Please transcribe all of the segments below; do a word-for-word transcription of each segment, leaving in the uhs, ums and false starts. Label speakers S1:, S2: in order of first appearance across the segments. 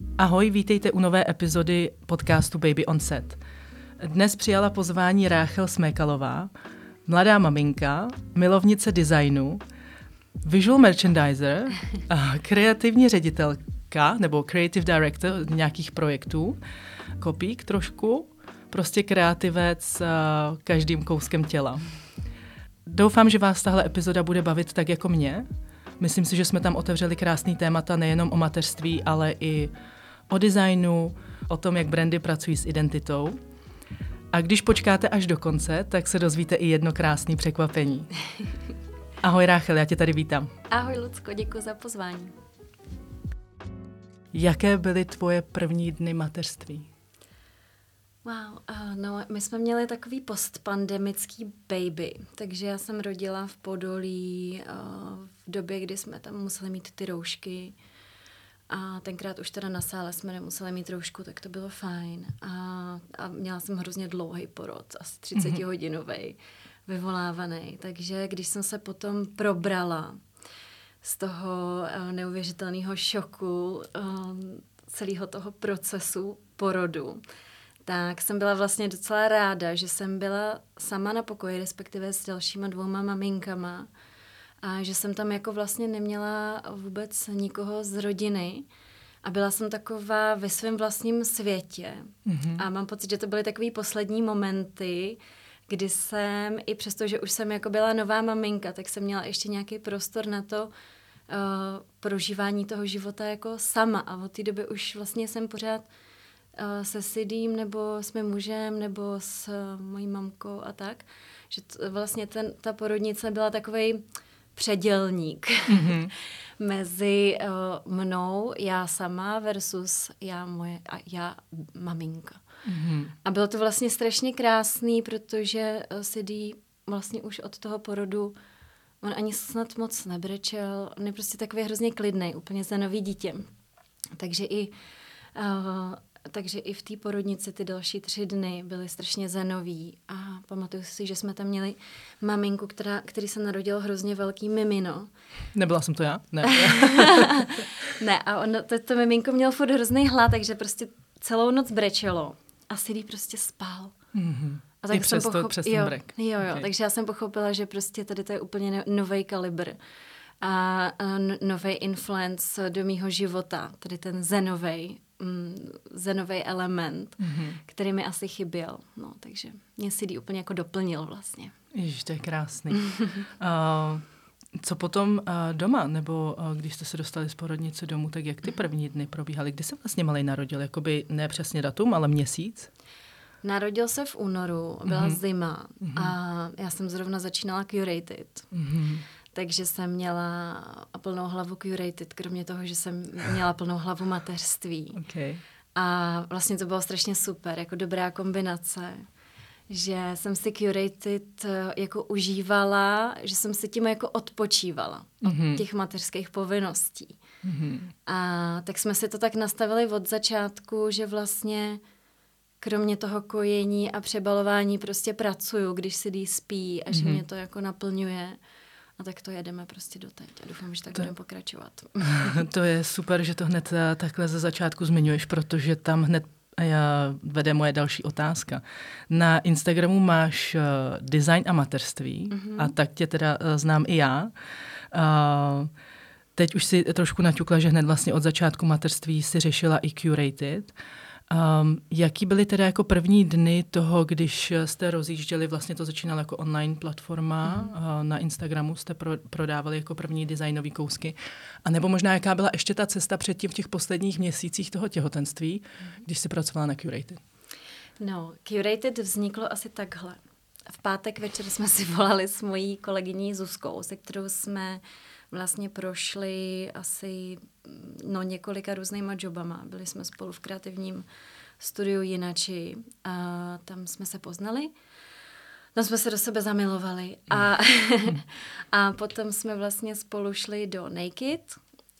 S1: Ahoj, vítejte u nové epizody podcastu Baby on Set. Dnes přijala pozvání Ráchel Smékalová, mladá maminka, milovnice designu, visual merchandiser, kreativní ředitelka nebo creative director nějakých projektů, kopík trošku, prostě kreativec každým kouskem těla. Doufám, že vás tahle epizoda bude bavit tak jako mě. Myslím si, že jsme tam otevřeli krásný témata nejenom o mateřství, ale i o designu, o tom, jak brandy pracují s identitou. A když počkáte až do konce, tak se dozvíte i jedno krásné překvapení. Ahoj Ráchel, já tě tady vítám.
S2: Ahoj Lucko, děkuji za pozvání.
S1: Jaké byly tvoje první dny mateřství?
S2: Wow, uh, no my jsme měli takový postpandemický baby, takže já jsem rodila v Podolí uh, v době, kdy jsme tam museli mít ty roušky a tenkrát už teda na sále jsme nemuseli mít roušku, tak to bylo fajn a, a měla jsem hrozně dlouhý porod, asi třicetihodinový, vyvolávaný, takže když jsem se potom probrala z toho uh, neuvěřitelného šoku uh, celého toho procesu porodu, tak jsem byla vlastně docela ráda, že jsem byla sama na pokoji, respektive s dalšíma dvouma maminkama a že jsem tam jako vlastně neměla vůbec nikoho z rodiny a byla jsem taková ve svém vlastním světě. Mm-hmm. A mám pocit, že to byly takový poslední momenty, kdy jsem, i přesto, že už jsem jako byla nová maminka, tak jsem měla ještě nějaký prostor na to uh, prožívání toho života jako sama a od té doby už vlastně jsem pořád se Sidím, nebo s mým mužem, nebo s mojí mamkou a tak, že t, vlastně ten, ta porodnice byla takovej předělník mm-hmm. mezi uh, mnou, já sama versus já moje a já maminka. Mm-hmm. A bylo to vlastně strašně krásný, protože uh, Sidí vlastně už od toho porodu on ani snad moc nebrečel, on je prostě takový hrozně klidnej, úplně za nový dítě. Takže i uh, Takže i v té porodnici ty další tři dny byly strašně zenový a pamatuju si, že jsme tam měli maminku, která, který se narodilo hrozně velký mimino.
S1: Nebyla jsem to já? Ne.
S2: Ne, a ono, to, to miminko mělo furt hrozný hlad, takže prostě celou noc brečelo a Sidí prostě spal.
S1: Mm-hmm.
S2: A tak
S1: I přes,
S2: jsem pochop...
S1: to, přes ten brek.
S2: Jo, jo,
S1: okay.
S2: Takže já jsem pochopila, že prostě tady to je úplně nový kalibr a, a nový influence do mýho života, tady ten zenovej zenový element, mm-hmm. který mi asi chyběl. No, takže mě Sidí úplně jako doplnil vlastně.
S1: Ježiš, to je krásný. uh, co potom uh, doma, nebo uh, když jste se dostali z porodnice domů, tak jak ty první dny probíhaly? Kdy se vlastně malej narodil? Jakoby ne přesně datum, ale měsíc?
S2: Narodil se v únoru, byla mm-hmm. zima mm-hmm. a já jsem zrovna začínala Curated. Mm-hmm. Takže jsem měla plnou hlavu Curated, kromě toho, že jsem měla plnou hlavu mateřství. Okay. A vlastně to bylo strašně super, jako dobrá kombinace, že jsem si Curated jako užívala, že jsem si tím jako odpočívala mm-hmm. od těch mateřských povinností. Mm-hmm. A tak jsme si to tak nastavili od začátku, že vlastně kromě toho kojení a přebalování prostě pracuju, když Sidí spí a že mm-hmm. mě to jako naplňuje. A tak to jedeme prostě doteď a doufám, že tak to, budeme pokračovat.
S1: To je super, že to hned takhle ze začátku zmiňuješ, protože tam hned vede moje další otázka. Na Instagramu máš uh, design a mateřství mm-hmm. a tak tě teda uh, znám i já. Uh, teď už si trošku naťukla, že hned vlastně od začátku mateřství si řešila i Curated. Um, jaký byly teda jako první dny toho, když jste rozjížděli, vlastně to začínalo jako online platforma, mm. uh, na Instagramu jste pro, prodávali jako první designové kousky, a nebo možná jaká byla ještě ta cesta předtím v těch posledních měsících toho těhotenství, mm. když jsi pracovala na Curated?
S2: No, Curated vzniklo asi takhle. V pátek večer jsme si volali s mojí kolegyní Zuzkou, se kterou jsme vlastně prošli asi no, několika různýma jobama. Byli jsme spolu v kreativním studiu Jinači a tam jsme se poznali. Tam jsme se do sebe zamilovali. A, a potom jsme vlastně spolu šli do Naked,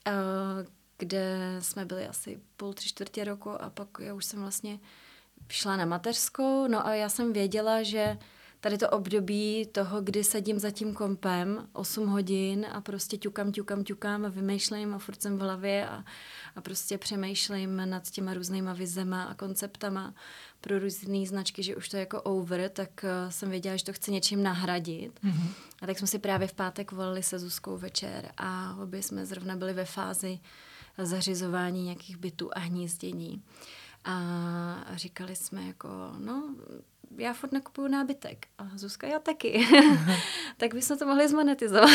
S2: kde jsme byli asi půl, tři čtvrtě roku a pak já už jsem vlastně šla na mateřskou. No a já jsem věděla, že tady to období toho, kdy sedím za tím kompem osm hodin a prostě ťukám, ťukám, ťukám a vymýšlím a furt jsem v hlavě a, a prostě přemýšlím nad těma různýma vizema a konceptama pro různý značky, že už to je jako over, tak uh, jsem věděla, že to chci něčím nahradit. Mm-hmm. A tak jsme si právě v pátek volali se Zuzkou večer a obě jsme zrovna byli ve fázi zařizování nějakých bytů a hnízdění. A říkali jsme jako, no, já furt nakupuju nábytek. A Zuzka, já taky. Tak bychom to mohli zmonetizovat.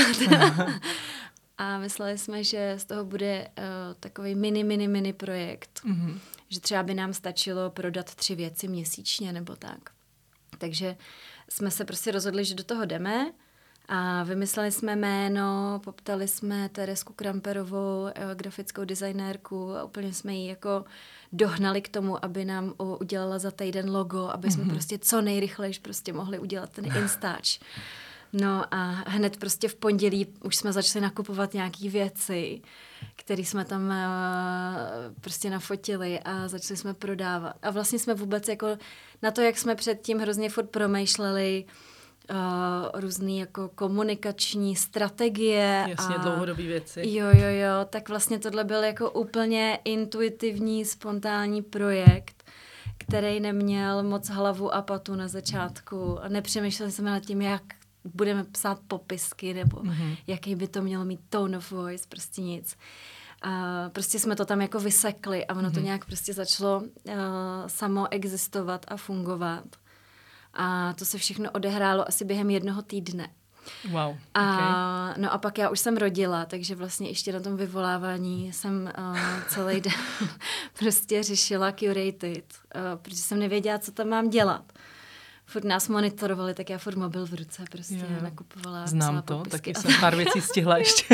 S2: A mysleli jsme, že z toho bude uh, takový mini, mini, mini projekt. Mm-hmm. Že třeba by nám stačilo prodat tři věci měsíčně nebo tak. Takže jsme se prostě rozhodli, že do toho jdeme. A vymysleli jsme jméno, poptali jsme Teresku Kramperovou, grafickou designérku a úplně jsme ji jako dohnali k tomu, aby nám udělala za týden logo, aby jsme mm-hmm. prostě co nejrychleji prostě mohli udělat ten Instač. No a hned prostě v pondělí už jsme začali nakupovat nějaký věci, které jsme tam uh, prostě nafotili a začali jsme prodávat. A vlastně jsme vůbec jako na to, jak jsme předtím hrozně furt promýšleli, Uh, různý jako komunikační strategie.
S1: Jasně, a dlouhodobý věci.
S2: Jo, jo, jo, tak vlastně tohle byl jako úplně intuitivní, spontánní projekt, který neměl moc hlavu a patu na začátku. Nepřemýšleli jsme nad tím, jak budeme psát popisky, nebo mm-hmm. jaký by to mělo mít tone of voice, prostě nic. A prostě jsme to tam jako vysekli a ono mm-hmm. to nějak prostě začalo uh, samo existovat a fungovat. A to se všechno odehrálo asi během jednoho týdne.
S1: Wow,
S2: a,
S1: okay.
S2: No a pak já už jsem rodila, takže vlastně ještě na tom vyvolávání jsem uh, celý den prostě řešila curated, uh, protože jsem nevěděla, co tam mám dělat. Furt nás monitorovali, tak já furt mobil v ruce prostě jo. nakupovala.
S1: Znám to, popisky. Taky jsem pár věcí stihla ještě.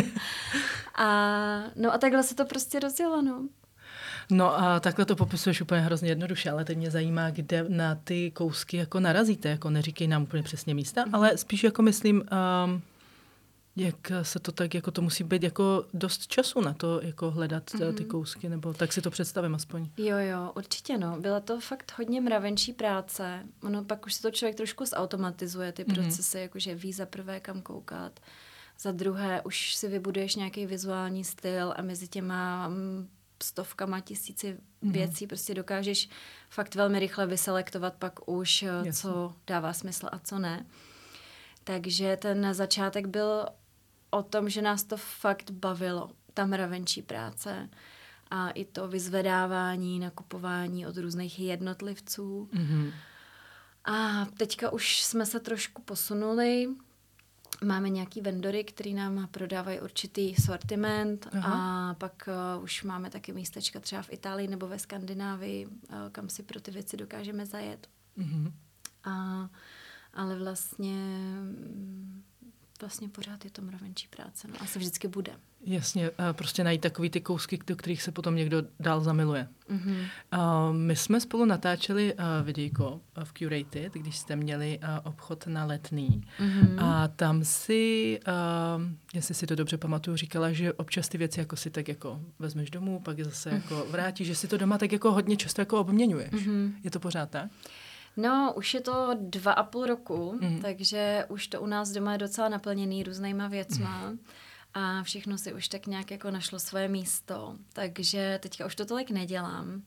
S2: a, no a takhle se to prostě rozdělo, no.
S1: No a takhle to popisuješ úplně hrozně jednoduše, ale teď mě zajímá, kde na ty kousky jako narazíte, jako neříkej nám úplně přesně místa, mm. ale spíš jako myslím, um, jak se to tak, jako to musí být jako dost času na to, jako hledat mm. ty kousky, nebo tak si to představím aspoň.
S2: Jo, jo, určitě no. Byla to fakt hodně mravenčí práce. Ono pak už se to člověk trošku zautomatizuje, ty procesy, mm. jakože ví za prvé kam koukat, za druhé už si vybuduješ nějaký vizuální styl a mezi těma stovkama tisíci věcí, mm. prostě dokážeš fakt velmi rychle vyselektovat pak už, Jasně. co dává smysl a co ne. Takže ten začátek byl o tom, že nás to fakt bavilo, ta mravenčí práce a i to vyzvedávání, nakupování od různých jednotlivců. Mm. A teďka už jsme se trošku posunuli. Máme nějaký vendory, který nám prodávají určitý sortiment. Aha. A pak uh, už máme taky místečka třeba v Itálii nebo ve Skandinávii, uh, kam si pro ty věci dokážeme zajet. Mm-hmm. A, ale vlastně vlastně pořád je to mravenčí práce. No, asi vždycky bude.
S1: Jasně, prostě najít takový ty kousky, do kterých se potom někdo dál zamiluje. Mm-hmm. Uh, my jsme spolu natáčeli uh, videjko v Curated, když jste měli uh, obchod na Letný. Mm-hmm. A tam si, uh, jestli si to dobře pamatuju, říkala, že občas ty věci jako si tak jako vezmeš domů, pak je zase jako vrátíš, že si to doma tak jako hodně často jako obměňuješ. Mm-hmm. Je to pořád tak?
S2: No, už je to dva a půl roku, mm. takže už to u nás doma je docela naplněný různýma věcma mm. a všechno si už tak nějak jako našlo svoje místo. Takže teďka už to tolik nedělám,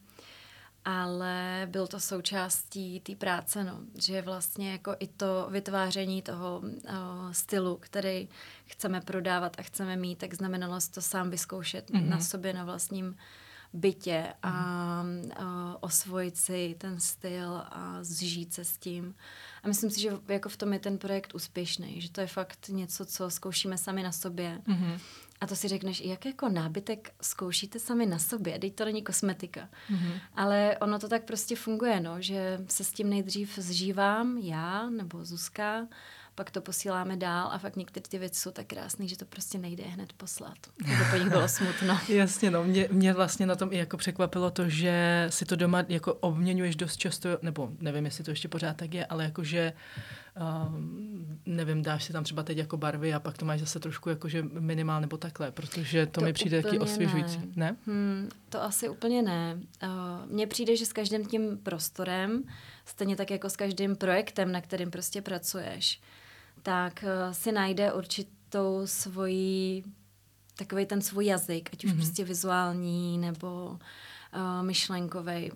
S2: ale byl to součástí té práce, no, že vlastně jako i to vytváření toho uh, stylu, který chceme prodávat a chceme mít, tak znamenalo to sám vyzkoušet mm. na sobě, na vlastním bytě a, a osvojit si ten styl a zžít se s tím. A myslím si, že jako v tom je ten projekt úspěšný, že to je fakt něco, co zkoušíme sami na sobě. Mm-hmm. A to si řekneš, jak jako nábytek zkoušíte sami na sobě, teď to není kosmetika. Mm-hmm. Ale ono to tak prostě funguje, no, že se s tím nejdřív zžívám já nebo Zuzka, pak to posíláme dál a fakt některé ty věci jsou tak krásné, že to prostě nejde hned poslat. Nebo po nich bylo smutno.
S1: Jasně, no, mě, mě vlastně na tom i jako překvapilo to, že si to doma jako obměňuješ dost často, nebo nevím, jestli to ještě pořád tak je, ale jakože Uh, nevím, dáš si tam třeba teď jako barvy a pak to máš zase trošku jakože minimál nebo takhle, protože to, to mi přijde taky osvěžující. Ne? ne?
S2: Hmm, to asi úplně ne. Uh, mně přijde, že s každým tím prostorem, stejně tak jako s každým projektem, na kterým prostě pracuješ, tak uh, si najde určitou svoji, takovej ten svůj jazyk, ať už mm-hmm. prostě vizuální nebo uh, myšlenkovej.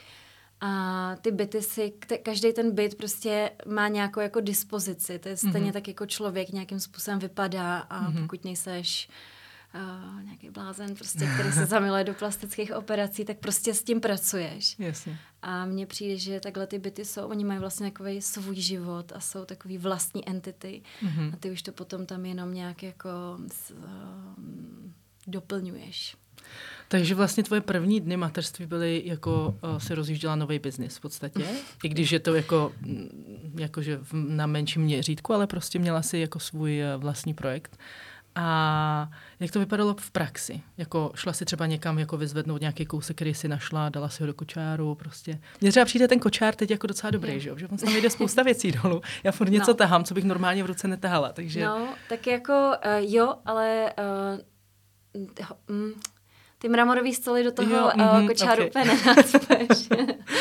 S2: A ty byty si, každý ten byt prostě má nějakou jako dispozici. To je stejně mm-hmm. tak jako člověk nějakým způsobem vypadá a mm-hmm. pokud nejseš uh, nějaký blázen, prostě, který se zamiluje do plastických operací, tak prostě s tím pracuješ.
S1: Jasně.
S2: A mně přijde, že takhle ty byty jsou, oni mají vlastně takový svůj život a jsou takový vlastní entity. Mm-hmm. A ty už to potom tam jenom nějak jako uh, doplňuješ.
S1: Takže vlastně tvoje první dny mateřství byly jako uh, si rozjížděla nový biznis v podstatě, i když je to jako, jakože v, na menším měřítku, ale prostě měla si jako svůj uh, vlastní projekt. A jak to vypadalo v praxi? Jako šla si třeba někam jako vyzvednout nějaký kousek, který si našla, dala si ho do kočáru prostě. Mně třeba přijde ten kočár teď jako docela dobrý, že jo? Že on tam jde spousta věcí dolů. Já furt něco no. tahám, co bych normálně v ruce netahala, takže...
S2: No, tak jako uh, jo, ale... Uh, mm, ty mramorový stoly do toho jo, mm-hmm, uh, kočáru okay. úplně nenácpeš.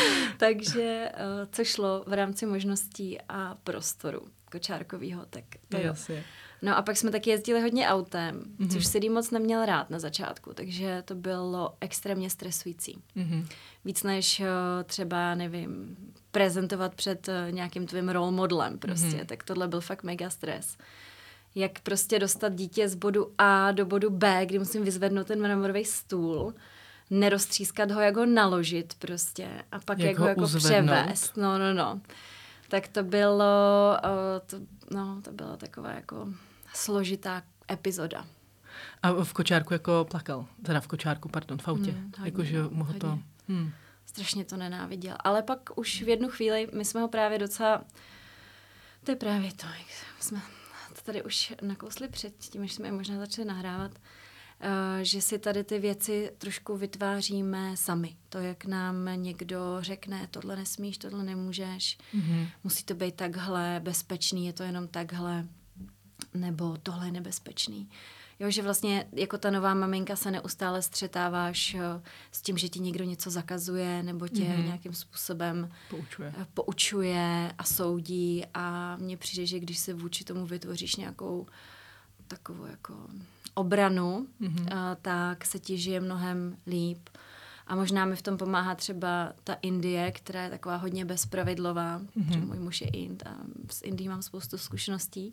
S2: Takže uh, co šlo v rámci možností a prostoru kočárkovýho, tak to jo.
S1: Jasně.
S2: No a pak jsme taky jezdili hodně autem, mm-hmm. což Sidý moc neměl rád na začátku, takže to bylo extrémně stresující. Mm-hmm. Víc než uh, třeba, nevím, prezentovat před uh, nějakým tvým role modelem prostě, mm-hmm. tak tohle byl fakt mega stres. Jak prostě dostat dítě z bodu A do bodu B, kdy musím vyzvednout ten mramorový stůl, neroztřískat ho, jak ho naložit prostě a pak jak, jak ho, ho jako uzvednout. Převést. No, no, no. Tak to bylo, uh, to, no, to byla taková jako složitá epizoda.
S1: A v kočárku jako plakal? Teda v kočárku, pardon, v autě.
S2: Hmm, hodně,
S1: jako, že
S2: no,
S1: mohl to... Hmm.
S2: Strašně to nenáviděl. Ale pak už v jednu chvíli, my jsme ho právě docela... To je právě to, jak jsme... tady už nakousli předtím, než jsme je možná začali nahrávat, uh, že si tady ty věci trošku vytváříme sami. To, jak nám někdo řekne, tohle nesmíš, tohle nemůžeš, mm-hmm. musí to být takhle, bezpečný, je to jenom takhle, nebo tohle je nebezpečný. Jo, že vlastně jako ta nová maminka se neustále střetáváš uh, s tím, že ti někdo něco zakazuje nebo tě mm-hmm. nějakým způsobem
S1: poučuje.
S2: Uh, poučuje a soudí a mně přijde, že když se vůči tomu vytvoříš nějakou takovou jako obranu, mm-hmm. uh, tak se ti žije mnohem líp. A možná mi v tom pomáhá třeba ta Indie, která je taková hodně bezpravidlová, mm-hmm. protože můj muž je Ind a s Indií mám spoustu zkušeností.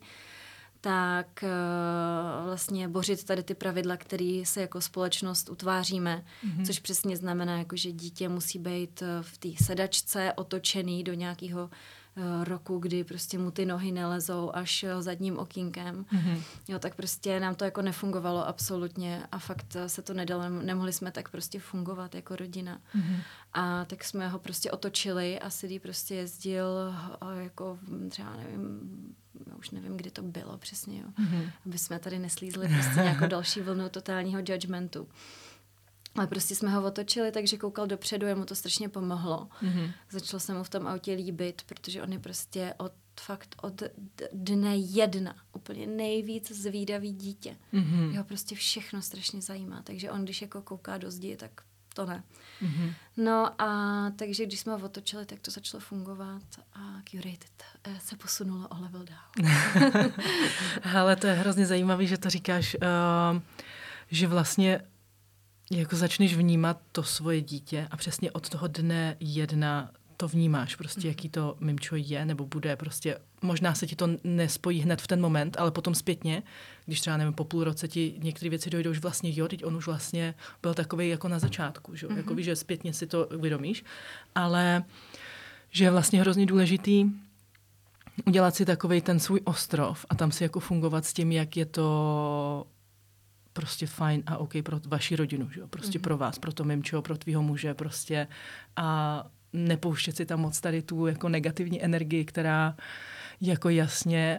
S2: Tak uh, vlastně bořit tady ty pravidla, které se jako společnost utváříme, mm-hmm. což přesně znamená, jako, že dítě musí být v té sedačce otočený do nějakého uh, roku, kdy prostě mu ty nohy nelezou až zadním okýnkem. Mm-hmm. Jo, tak prostě nám to jako nefungovalo absolutně a fakt se to nedalo, nemohli jsme tak prostě fungovat jako rodina. Mm-hmm. A tak jsme ho prostě otočili a Sidý prostě jezdil uh, jako třeba nevím, já už nevím, kdy to bylo přesně, jo. Mm-hmm. Aby jsme tady neslízli prostě nějakou další vlnu totálního judgmentu. Ale prostě jsme ho otočili, takže koukal dopředu, jemu to strašně pomohlo. Mm-hmm. Začalo se mu v tom autě líbit, protože on je prostě od fakt od dne jedna úplně nejvíc zvídavý dítě. Mm-hmm. Jeho prostě všechno strašně zajímá, takže on, když jako kouká do zdi, tak to ne. Mm-hmm. No a takže když jsme ho otočili, tak to začalo fungovat a Curated se posunulo o level dál.
S1: Ale to je hrozně zajímavé, že to říkáš, uh, že vlastně jako začneš vnímat to svoje dítě a přesně od toho dne jedna to vnímáš, prostě jaký to mimčo je nebo bude, prostě možná se ti to nespojí hned v ten moment, ale potom zpětně, když třeba nevím, po půl roce ti některé věci dojdou už vlastně, jo, teď on už vlastně byl takovej jako na začátku, že? Mm-hmm. Jako víš, že zpětně si to uvědomíš, ale že je vlastně hrozně důležitý udělat si takovej ten svůj ostrov a tam si jako fungovat s tím, jak je to prostě fajn a OK pro vaši rodinu, že? Prostě mm-hmm. pro vás, pro to mimčo, pro tvýho muže, prostě a nepouštět si tam moc tady tu jako negativní energii, která jako jasně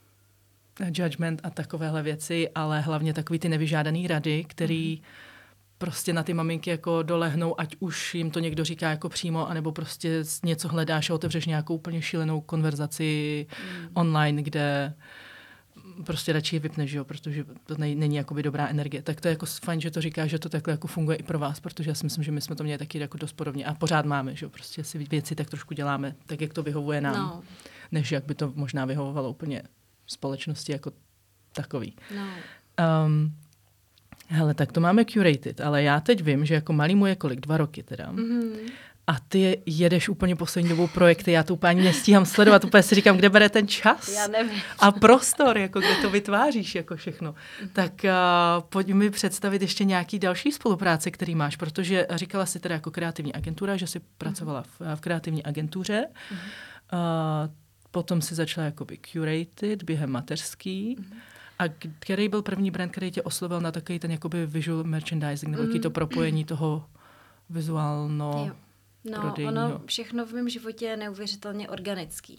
S1: uh, judgment a takovéhle věci, ale hlavně takový ty nevyžádaný rady, který mm. prostě na ty maminky jako dolehnou, ať už jim to někdo říká jako přímo, anebo prostě něco hledáš a otevřeš nějakou úplně šílenou konverzaci mm. online, kde prostě radši je vypneš, jo, protože to nej, není jakoby dobrá energie. Tak to je jako fajn, že to říkáš, že to takhle jako funguje i pro vás, protože já si myslím, že my jsme to měli taky jako dost podobně a pořád máme, že jo, prostě si věci tak trošku děláme, tak jak to vyhovuje nám, no. než jak by to možná vyhovovalo úplně společnosti jako takový.
S2: No.
S1: Um, hele, tak to máme curated, ale já teď vím, že jako malý mu je kolik, dva roky teda. Mm-hmm. A ty jedeš úplně poslední dobou projekty, já to úplně nestíhám sledovat, úplně si říkám, kde bere ten čas
S2: já nevím.
S1: a prostor, jako kde to vytváříš, jako všechno. Mm-hmm. Tak uh, pojď mi představit ještě nějaký další spolupráce, který máš, protože říkala jsi teda jako kreativní agentura, že jsi pracovala v, v kreativní agentuře, mm-hmm. uh, potom si začala jakoby curated během mateřský. Mm-hmm. A který byl první brand, který tě oslovil na takový ten jakoby visual merchandising, nebo mm-hmm. to propojení toho vizuálno
S2: No,
S1: prodejního.
S2: Ono všechno v mém životě je neuvěřitelně organický.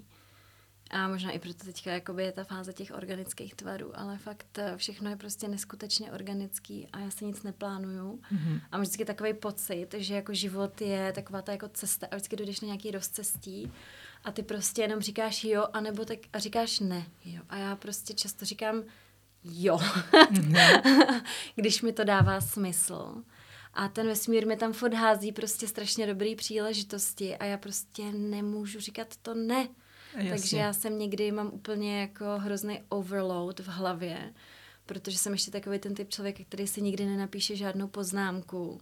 S2: A možná i proto teďka jakoby je ta fáze těch organických tvarů, ale fakt všechno je prostě neskutečně organický a já si nic neplánuju. Mm-hmm. A mám vždycky takový pocit, že jako život je taková ta jako cesta a vždycky dojdeš na nějaký rozcestí a ty prostě jenom říkáš jo, anebo tak a říkáš ne. Jo. A já prostě často říkám jo, mm-hmm. když mi to dává smysl. A ten vesmír mi tam furt hází prostě strašně dobrý příležitosti a já prostě nemůžu říkat to ne. Jasně. Takže já jsem někdy, mám úplně jako hrozný overload v hlavě, protože jsem ještě takový ten typ člověka, který si nikdy nenapíše žádnou poznámku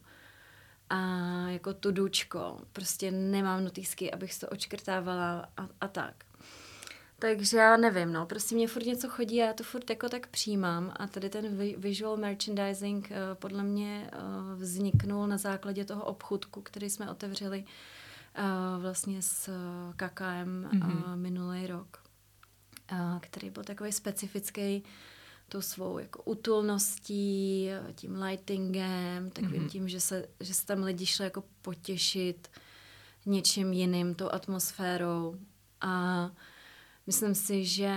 S2: a jako tudučko. Prostě nemám notýsky, abych si to očkrtávala a, a tak. Takže já nevím, no, prostě mě furt něco chodí a já to furt jako tak přijímám a tady ten visual merchandising uh, podle mě uh, vzniknul na základě toho obchůdku, který jsme otevřeli uh, vlastně s uh, K K M mm-hmm. uh, minulý rok, uh, který byl takový specifický tou svou jako útulností, tím lightingem, takovým mm-hmm. tím, že se, že se tam lidi šli jako potěšit něčím jiným, tou atmosférou a myslím si, že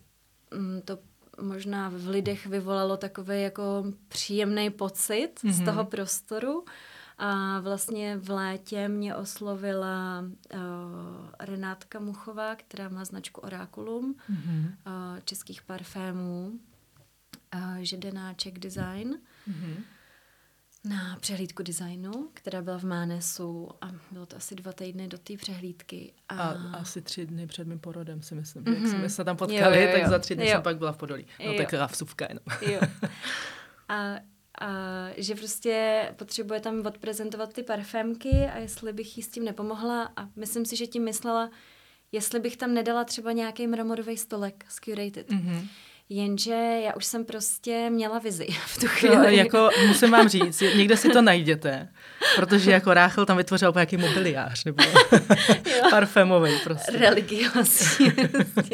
S2: to možná v lidech vyvolalo takový jako příjemný pocit mm-hmm. z toho prostoru. A vlastně v létě mě oslovila uh, Renátka Muchová, která má značku Oraculum, mm-hmm. uh, českých parfémů, uh, Žedenáček Design. Mm-hmm. Na přehlídku designu, která byla v Mánesu a bylo to asi dva týdny do té přehlídky. A... a
S1: asi tři dny před mým porodem si myslím. Mm-hmm. Jak jsme se tam potkali, jo, jo, jo. tak za tři dny jo. jsem pak byla v Podolí. No jo. tak vsuvka jenom.
S2: Jo. A, a že prostě potřebuje tam odprezentovat ty parfémky a jestli bych jí s tím nepomohla a myslím si, že tím myslela, jestli bych tam nedala třeba nějaký mramorový stolek z Curated. Mm-hmm. Jenže já už jsem prostě měla vizi v tu chvíli.
S1: No, jako musím vám říct, někde si to najděte, protože jako Ráchel tam vytvořil nějaký mobiliář, nebo parfémový prostě.
S2: Religiózní prostě.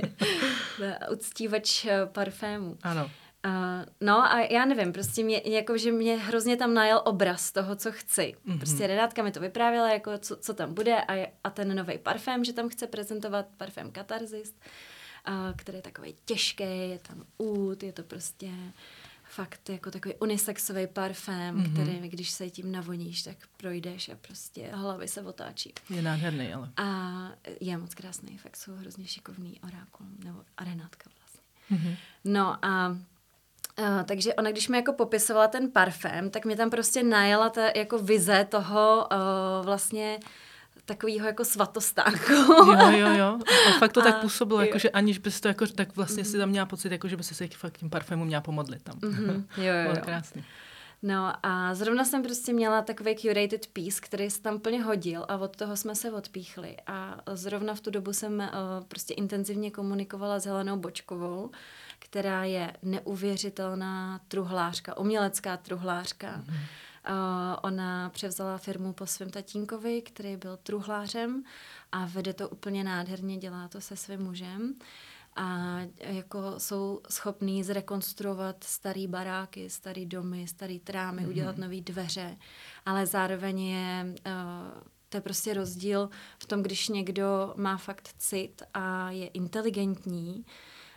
S2: Uctívač parfému.
S1: Ano.
S2: Uh, no a já nevím, prostě mě, jako, že mě hrozně tam najel obraz toho, co chci. Mm-hmm. Prostě Renátka mi to vyprávěla, jako co, co tam bude a, a ten nový parfém, že tam chce prezentovat parfém Katarzis, uh, který je takový těžký, je tam út, je to prostě fakt jako takový unisexový parfém, mm-hmm. který, když se tím navoníš, tak projdeš a prostě hlavy se otáčí.
S1: Je nádherný, ale.
S2: A je moc krásný, fakt jsou hrozně šikovný Oraculum, nebo Renátka vlastně. Mm-hmm. No a Uh, takže ona, když mi jako popisovala ten parfém, tak mě tam prostě najela ta jako vize toho uh, vlastně takového jako svatostánku.
S1: Jo, jo, jo. A fakt to a, tak působilo, jako, že aniž bys to jako, tak vlastně mm-hmm. si tam měla pocit, jako, že by si se fakt tím parfému měla pomodlit tam.
S2: Mm-hmm. Jo, jo,
S1: Bylo
S2: jo.
S1: krásný.
S2: No a zrovna jsem prostě měla takový curated piece, který se tam plně hodil a od toho jsme se odpíchli. A zrovna v tu dobu jsem uh, prostě intenzivně komunikovala s Helenou Bočkovou, která je neuvěřitelná truhlářka, umělecká truhlářka. Mm-hmm. Uh, ona převzala firmu po svém tatínkovi, který byl truhlářem a vede to úplně nádherně, dělá to se svým mužem. A jako jsou schopní zrekonstruovat starý baráky, starý domy, starý trámy, mm-hmm. udělat nový dveře, ale zároveň je, uh, to je prostě rozdíl v tom, když někdo má fakt cit a je inteligentní,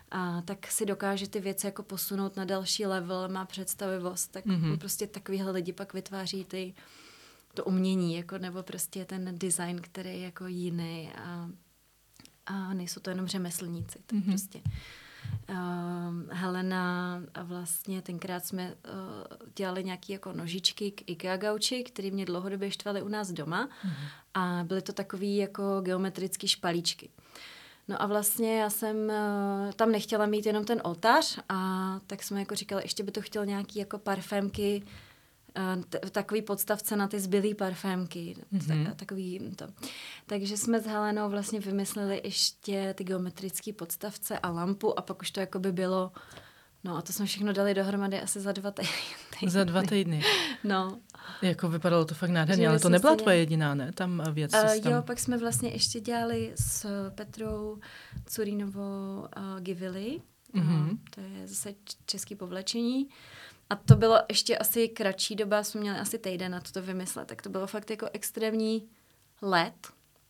S2: a tak si dokáže ty věci jako posunout na další level, má představivost, tak mm-hmm. prostě takovýhle lidi pak vytváří ty, to umění, jako, nebo prostě ten design, který je jako jiný a, a nejsou to jenom řemeslníci, tak mm-hmm. prostě. Uh, Helena a vlastně tenkrát jsme uh, dělali nějaké jako nožičky k IKEA gauči, které mě dlouhodobě štvaly u nás doma mm. a byly to takový jako geometrické špalíčky. No a vlastně já jsem uh, tam nechtěla mít jenom ten oltář a tak jsme jako říkali, ještě by to chtěl nějaký jako parfémky, T- takový podstavce na ty zbylý parfémky. Mm-hmm. Tak, takový to. Takže jsme s Helenou vlastně vymysleli ještě ty geometrické podstavce a lampu a pak už to jako by bylo, no a to jsme všechno dali dohromady asi za dva týdny.
S1: Za dva týdny.
S2: No.
S1: Jako vypadalo to fakt nádherně, ale to nebyla tvoje jediná, ne? Tam věc.
S2: Uh,
S1: tam...
S2: Jo, pak jsme vlastně ještě dělali s Petrou Curínovou uh, Givily. Mm-hmm. Uh, to je zase český povlečení. A to bylo ještě asi kratší doba, jsme měli asi týden na to vymyslet, tak to bylo fakt jako extrémní let.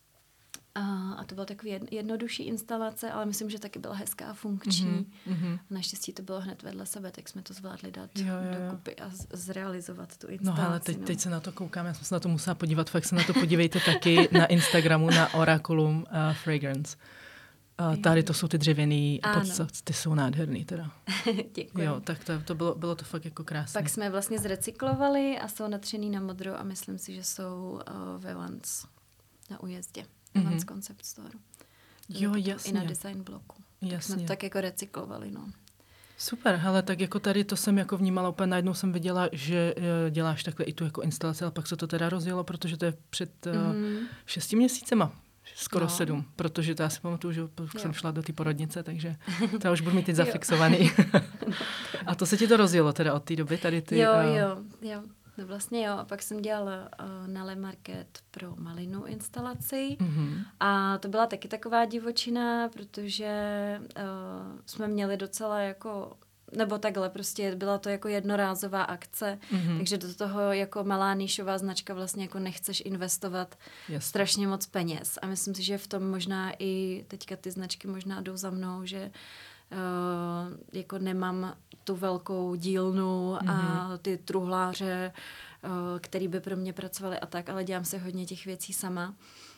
S2: A, a to byla takový jednodušší instalace, ale myslím, že taky byla hezká a funkční. Mm-hmm. Naštěstí to bylo hned vedle sebe, tak jsme to zvládli dát jo, jo, dokupy a z- zrealizovat tu instalaci.
S1: No ale teď, no. teď se na to koukám, já jsem se na to musela podívat, fakt se na to podívejte taky na Instagramu, na Oraculum uh, Fragrance. Uh, tady to jsou ty dřevěný podstavce, ty jsou nádherný teda.
S2: Děkuji.
S1: Jo, tak to, to bylo, bylo to fakt jako krásné.
S2: Pak jsme vlastně zrecyklovali a jsou natřený na modro a myslím si, že jsou uh, ve Vans na újezdě. Mm-hmm. Vans Concept Store.
S1: Jo, jasně.
S2: I na design bloku.
S1: Jasně.
S2: Tak jsme to tak jako recyklovali, no.
S1: Super, hele, tak jako tady to jsem jako vnímala úplně, najednou jsem viděla, že uh, děláš takhle i tu jako instalaci, ale pak se to teda rozjelo, protože to je před uh, mm-hmm. šesti měsícema. Skoro no. sedm, protože to já si pamatuju, že jsem šla do té porodnice, takže to já už budu mít teď zafixovaný. A to se ti to rozjelo teda od té doby? Tady ty,
S2: jo,
S1: uh...
S2: jo, jo. No vlastně jo. A pak jsem dělala uh, na Le Market pro malinu instalaci mm-hmm. a to byla taky taková divočina, protože uh, jsme měli docela jako... Nebo takhle, prostě byla to jako jednorázová akce, mm-hmm. takže do toho jako malá nišová značka vlastně jako nechceš investovat yes. strašně moc peněz. A myslím si, že v tom možná i teďka ty značky možná jdou za mnou, že uh, jako nemám tu velkou dílnu mm-hmm. a ty truhláře, uh, který by pro mě pracovali a tak, ale dělám si hodně těch věcí sama.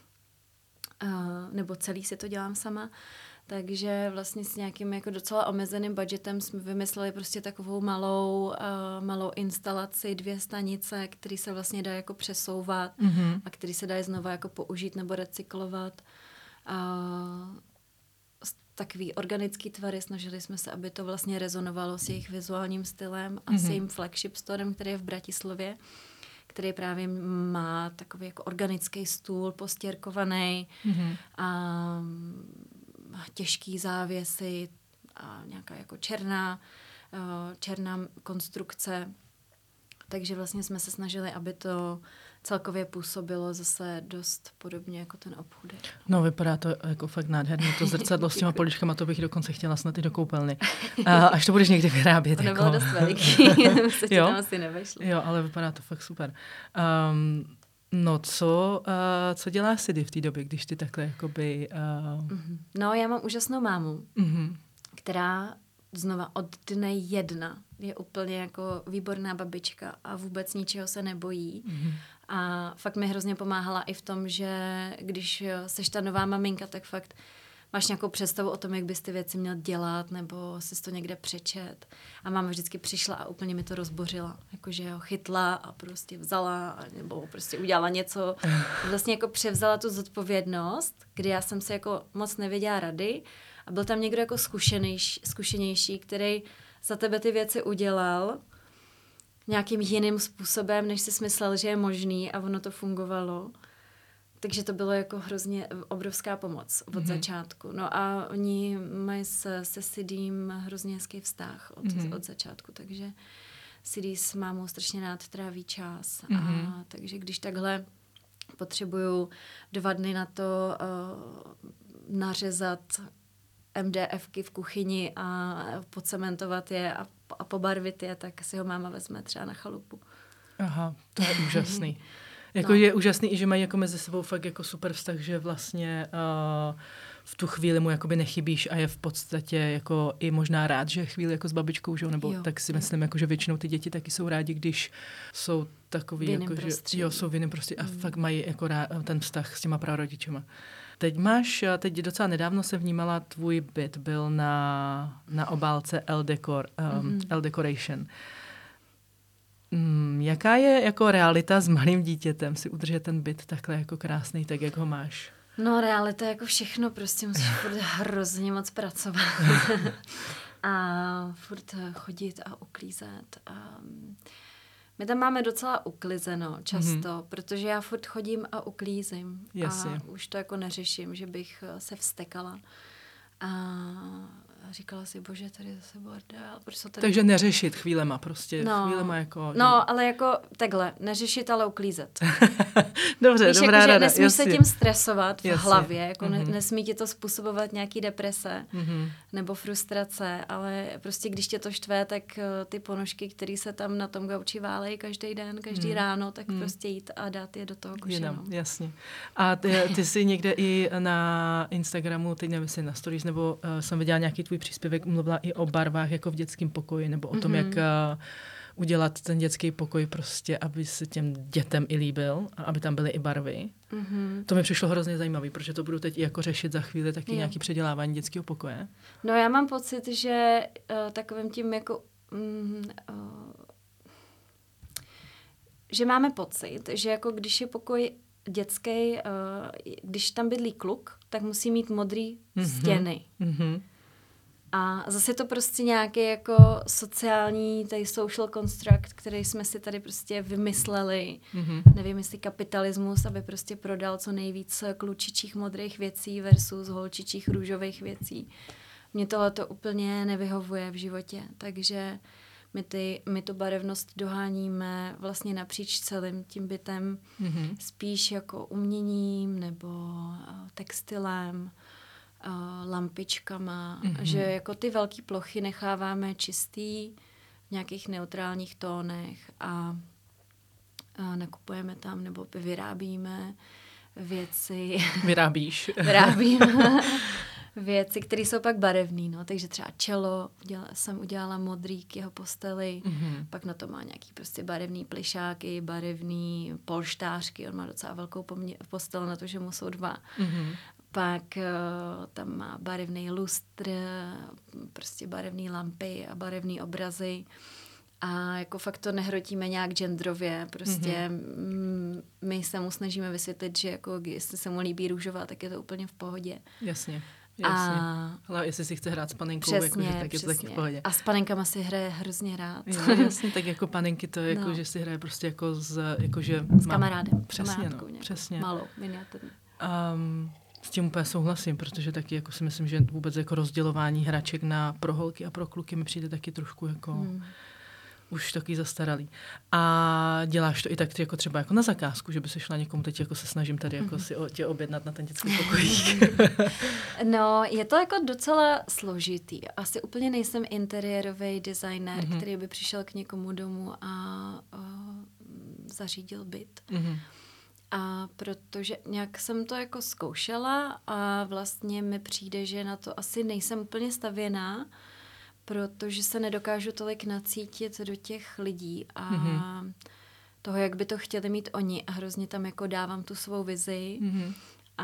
S2: Uh, nebo celý si to dělám sama. Takže vlastně s nějakým jako docela omezeným budgetem jsme vymysleli prostě takovou malou, uh, malou instalaci, dvě stanice, které se vlastně dá jako přesouvat mm-hmm. a které se dá znova jako použít nebo recyklovat. Uh, takový organický tvary, snažili jsme se, aby to vlastně rezonovalo s jejich vizuálním stylem a mm-hmm. s jejím flagship storem, který je v Bratislavě, který právě má takový jako organický stůl postěrkovaný mm-hmm. a těžký závěsy a nějaká jako černá, černá konstrukce. Takže vlastně jsme se snažili, aby to celkově působilo zase dost podobně jako ten obchůdek.
S1: No, vypadá to jako fakt nádherně. To zrcadlo s těma poličkama, to bych dokonce chtěla snad i do koupelny. A až to budeš někdy vyrábět.
S2: To
S1: jako...
S2: nebylo dost veliký, se ti tam asi nevešlo.
S1: Jo, ale vypadá to fakt super. Um, No, co, uh, co dělá Sidy v té době, když ty takhle jakoby... Uh...
S2: Mm-hmm. No, já mám úžasnou mámu, mm-hmm. která znova od dne jedna je úplně jako výborná babička a vůbec ničeho se nebojí. Mm-hmm. A fakt mi hrozně pomáhala i v tom, že když seš ta nová maminka, tak fakt máš nějakou představu o tom, jak bys ty věci měl dělat, nebo jsi to někde přečet. A máma vždycky přišla a úplně mi to rozbořila. Jakože ho chytla a prostě vzala, nebo prostě udělala něco. Vlastně jako převzala tu zodpovědnost, kdy já jsem se jako moc nevěděla rady a byl tam někdo jako zkušenější, zkušenější, který za tebe ty věci udělal nějakým jiným způsobem, než jsi myslel, že je možný a ono to fungovalo. Takže to bylo jako hrozně obrovská pomoc od mm-hmm. začátku. No a oni mají se, se Sidím hrozně hezký vztah od, mm-hmm. od začátku, takže Sidí s mámou strašně rád tráví čas. Mm-hmm. A takže když takhle potřebuju dva dny na to uh, nařezat MDFky v kuchyni a pocementovat je a, a pobarvit je, tak si ho máma vezme třeba na chalupu.
S1: Aha, to je úžasný. Jako no. Je úžasný i, že mají jako mezi sebou fakt jako super vztah, že vlastně uh, v tu chvíli mu jakoby nechybíš a je v podstatě jako i možná rád, že chvíli jako s babičkou, že? Nebo jo, tak si myslím, jako, že většinou ty děti taky jsou rádi, když jsou takový, jako, že jo, jsou v jiném prostě a mm. fakt mají jako rád, ten vztah s těma prarodičema. Teď máš, teď docela nedávno se vnímala, tvůj byt byl na, na obálce L Decor, um, mm. L Decoration. Mm, jaká je jako realita s malým dítětem si udržet ten byt takhle jako krásný, tak jak ho máš?
S2: No realita jako všechno, prostě musíš furt hrozně moc pracovat. A furt chodit a uklízet. A my tam máme docela uklizeno často, mm-hmm. protože já furt chodím a uklízím.
S1: Jasně.
S2: A už to jako neřeším, že bych se vztekala. A říkala si, bože, tady zase bordel. Tady...
S1: Takže neřešit chvílema prostě.
S2: No,
S1: chvílema jako...
S2: no, ale jako takhle, neřešit, ale uklízet.
S1: Dobře,
S2: víš,
S1: dobrá
S2: jako,
S1: rada.
S2: Nesmí
S1: jasně.
S2: se tím stresovat v
S1: jasně.
S2: hlavě, jako
S1: mm-hmm.
S2: ne, nesmí ti to způsobovat nějaký deprese
S1: mm-hmm.
S2: nebo frustrace, ale prostě když tě to štve, tak uh, ty ponožky, které se tam na tom gauči válejí každý den, každý mm. ráno, tak mm. prostě jít a dát je do toho koše.
S1: No. Jasně. A ty, ty jsi někde i na Instagramu, teď nevím, jestli na stories, nebo uh, jsem viděla nějaký tvůj příspěvek, mluvila i o barvách jako v dětském pokoji, nebo o tom, mm-hmm. jak uh, udělat ten dětský pokoj prostě, aby se těm dětem i líbil a aby tam byly i barvy. Mm-hmm. To mi přišlo hrozně zajímavý, protože to budu teď i jako řešit za chvíli taky jo. nějaký předělávání dětského pokoje.
S2: No já mám pocit, že uh, takovým tím jako mm, uh, že máme pocit, že jako když je pokoj dětský, uh, když tam bydlí kluk, tak musí mít modrý mm-hmm. stěny. Mm-hmm. A zase to prostě nějaký jako sociální, tady social construct, který jsme si tady prostě vymysleli. Mm-hmm. Nevím, jestli kapitalismus, aby prostě prodal co nejvíc klučičích modrých věcí versus holčičích růžových věcí. Mně tohle to úplně nevyhovuje v životě, takže my, ty, my tu barevnost doháníme vlastně napříč celým tím bytem, mm-hmm. spíš jako uměním nebo uh, textilem, Uh, lampičkama, mm-hmm. že jako ty velké plochy necháváme čistý v nějakých neutrálních tónech a, a nakupujeme tam nebo vyrábíme věci.
S1: Vyrábíš.
S2: Vyrábíme věci, které jsou pak barevné, no, takže třeba čelo, udělala, jsem udělala modrý k jeho posteli, mm-hmm. pak na to má nějaký prostě barevný plišáky, barevný polštářky, on má docela velkou pomě- postel na to, že mu jsou dva. Mm-hmm. Pak uh, tam má barevný lustr, prostě barevné lampy a barevné obrazy. A jako fakt to nehrotíme nějak genderově. Prostě mm-hmm. my se mu snažíme vysvětlit, že jako jestli se mu líbí růžová, tak je to úplně v pohodě.
S1: Jasně. Jasně. A... Ale jestli si chce hrát s panenkou, přesně, jako, tak je to taky v pohodě.
S2: A s panenkama si hraje hrozně rád.
S1: Jo, jasně, tak jako panenky to je no. jako, že si hraje prostě jako s, jako že...
S2: S mám... kamarádem.
S1: Přesně, no, přesně.
S2: Malou, miniaturní.
S1: Um, s tím úplně souhlasím, protože taky jako si myslím, že vůbec jako rozdělování hraček na pro holky a pro kluky mi přijde taky trošku jako... Hmm. Už taky zastaralý. A děláš to i tak jako třeba jako na zakázku, že by se šla někomu, teď jako se snažím tady jako si o, tě objednat na ten dětský pokojík.
S2: No, je to jako docela složitý. Asi úplně nejsem interiérový designer, mm-hmm. který by přišel k někomu domů a uh, zařídil byt. Mm-hmm. A protože nějak jsem to jako zkoušela a vlastně mi přijde, že na to asi nejsem úplně stavěná, protože se nedokážu tolik nacítit do těch lidí a mm-hmm. toho, jak by to chtěli mít oni a hrozně tam jako dávám tu svou vizi mm-hmm. a,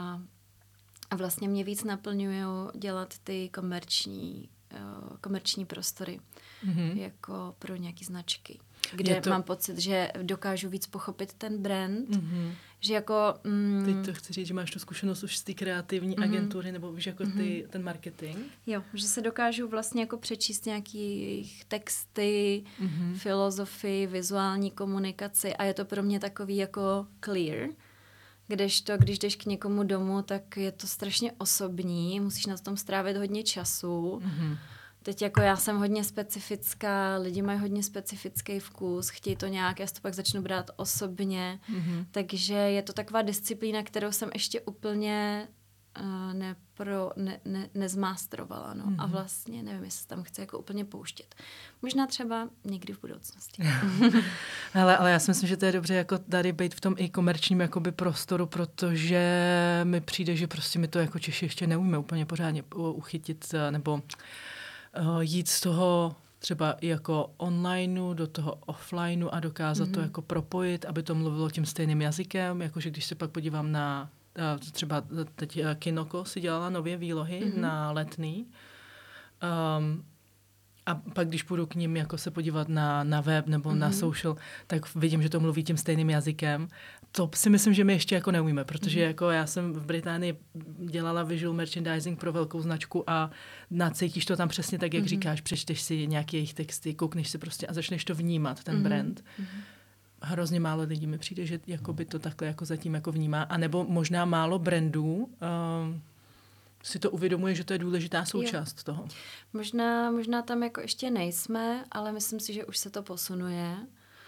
S2: a vlastně mě víc naplňují dělat ty komerční, uh, komerční prostory mm-hmm. jako pro nějaký značky, kde to... mám pocit, že dokážu víc pochopit ten brand, mm-hmm. že jako... Mm,
S1: Teď to chci říct, že máš tu zkušenost už z té kreativní mm-hmm. agentury, nebo víš, jako mm-hmm. ty, ten marketing.
S2: Jo, že se dokážu vlastně jako přečíst nějaký texty, mm-hmm. filozofii, vizuální komunikaci a je to pro mě takový jako clear. Kdežto, když jdeš k někomu domů, tak je to strašně osobní, musíš na tom strávit hodně času. Mm-hmm. Teď jako já jsem hodně specifická, lidi mají hodně specifický vkus, chtějí to nějak, já to pak začnu brát osobně, mm-hmm. takže je to taková disciplína, kterou jsem ještě úplně uh, nepro, ne, ne, nezmástrovala. No.
S1: Mm-hmm.
S2: A vlastně nevím, jestli tam chci jako úplně pouštět. Možná třeba někdy v budoucnosti.
S1: ale, ale já si myslím, že to je dobře jako tady být v tom i komerčním jakoby prostoru, protože mi přijde, že prostě my to jako Češi ještě neumíme úplně pořádně uchytit nebo uh, jít z toho třeba i jako onlineu do toho offlineu a dokázat mm-hmm. to jako propojit, aby to mluvilo tím stejným jazykem, jakože když se pak podívám na uh, třeba teď uh, Kinoko si dělala nově výlohy mm-hmm. na Letný. Um, a pak když půjdu k ním jako se podívat na, na web nebo mm-hmm. na social, tak vidím, že to mluví tím stejným jazykem. To si myslím, že my ještě jako neumíme, protože mm-hmm. jako já jsem v Británii dělala visual merchandising pro velkou značku a nacítíš to tam přesně tak, jak mm-hmm. říkáš, přečteš si nějaké jejich texty, koukneš si prostě a začneš to vnímat, ten mm-hmm. brand. Mm-hmm. Hrozně málo lidí mi přijde, že jakoby to takhle jako zatím jako vnímá. A nebo možná málo brandů um, si to uvědomuje, že to je důležitá součást jo. toho.
S2: Možná, možná tam jako ještě nejsme, ale myslím si, že už se to posunuje.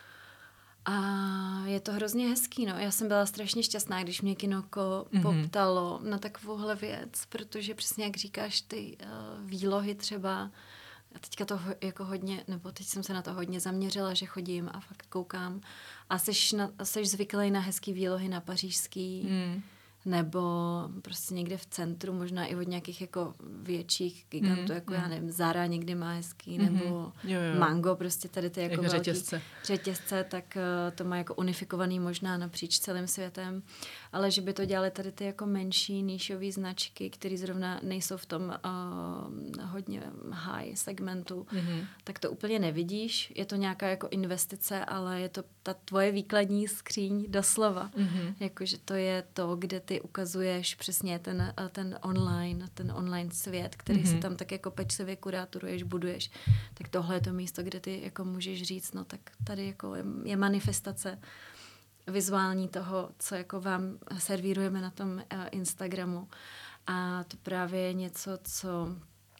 S2: A je to hrozně hezký, no. Já jsem byla strašně šťastná, když mě Kinoko mm-hmm. poptalo na takovouhle věc, protože přesně jak říkáš, ty uh, výlohy třeba, a teďka to ho, jako hodně, nebo teď jsem se na to hodně zaměřila, že chodím a fakt koukám. A seš, na, seš zvyklý na hezký výlohy na pařížský, mm. nebo prostě někde v centru, možná i od nějakých jako větších gigantů, mm, jako mm. já nevím, Zara někdy má hezký, mm-hmm. nebo jo, jo. Mango, prostě tady ty jako, jako velký řetězce. řetězce, tak uh, to má jako unifikovaný možná napříč celým světem, ale že by to dělali tady ty jako menší níšové značky, které zrovna nejsou v tom uh, hodně high segmentu, mm-hmm. tak to úplně nevidíš. Je to nějaká jako investice, ale je to ta tvoje výkladní skříň doslova. Mm-hmm. Jakože to je to, kde ty ukazuješ přesně ten, ten online, ten online svět, který mm-hmm. si tam tak jako pečlivě kurátoruješ, buduješ. Tak tohle je to místo, kde ty jako můžeš říct, no tak tady jako je, je manifestace vizuální toho, co jako vám servírujeme na tom uh, Instagramu. A to právě je něco, co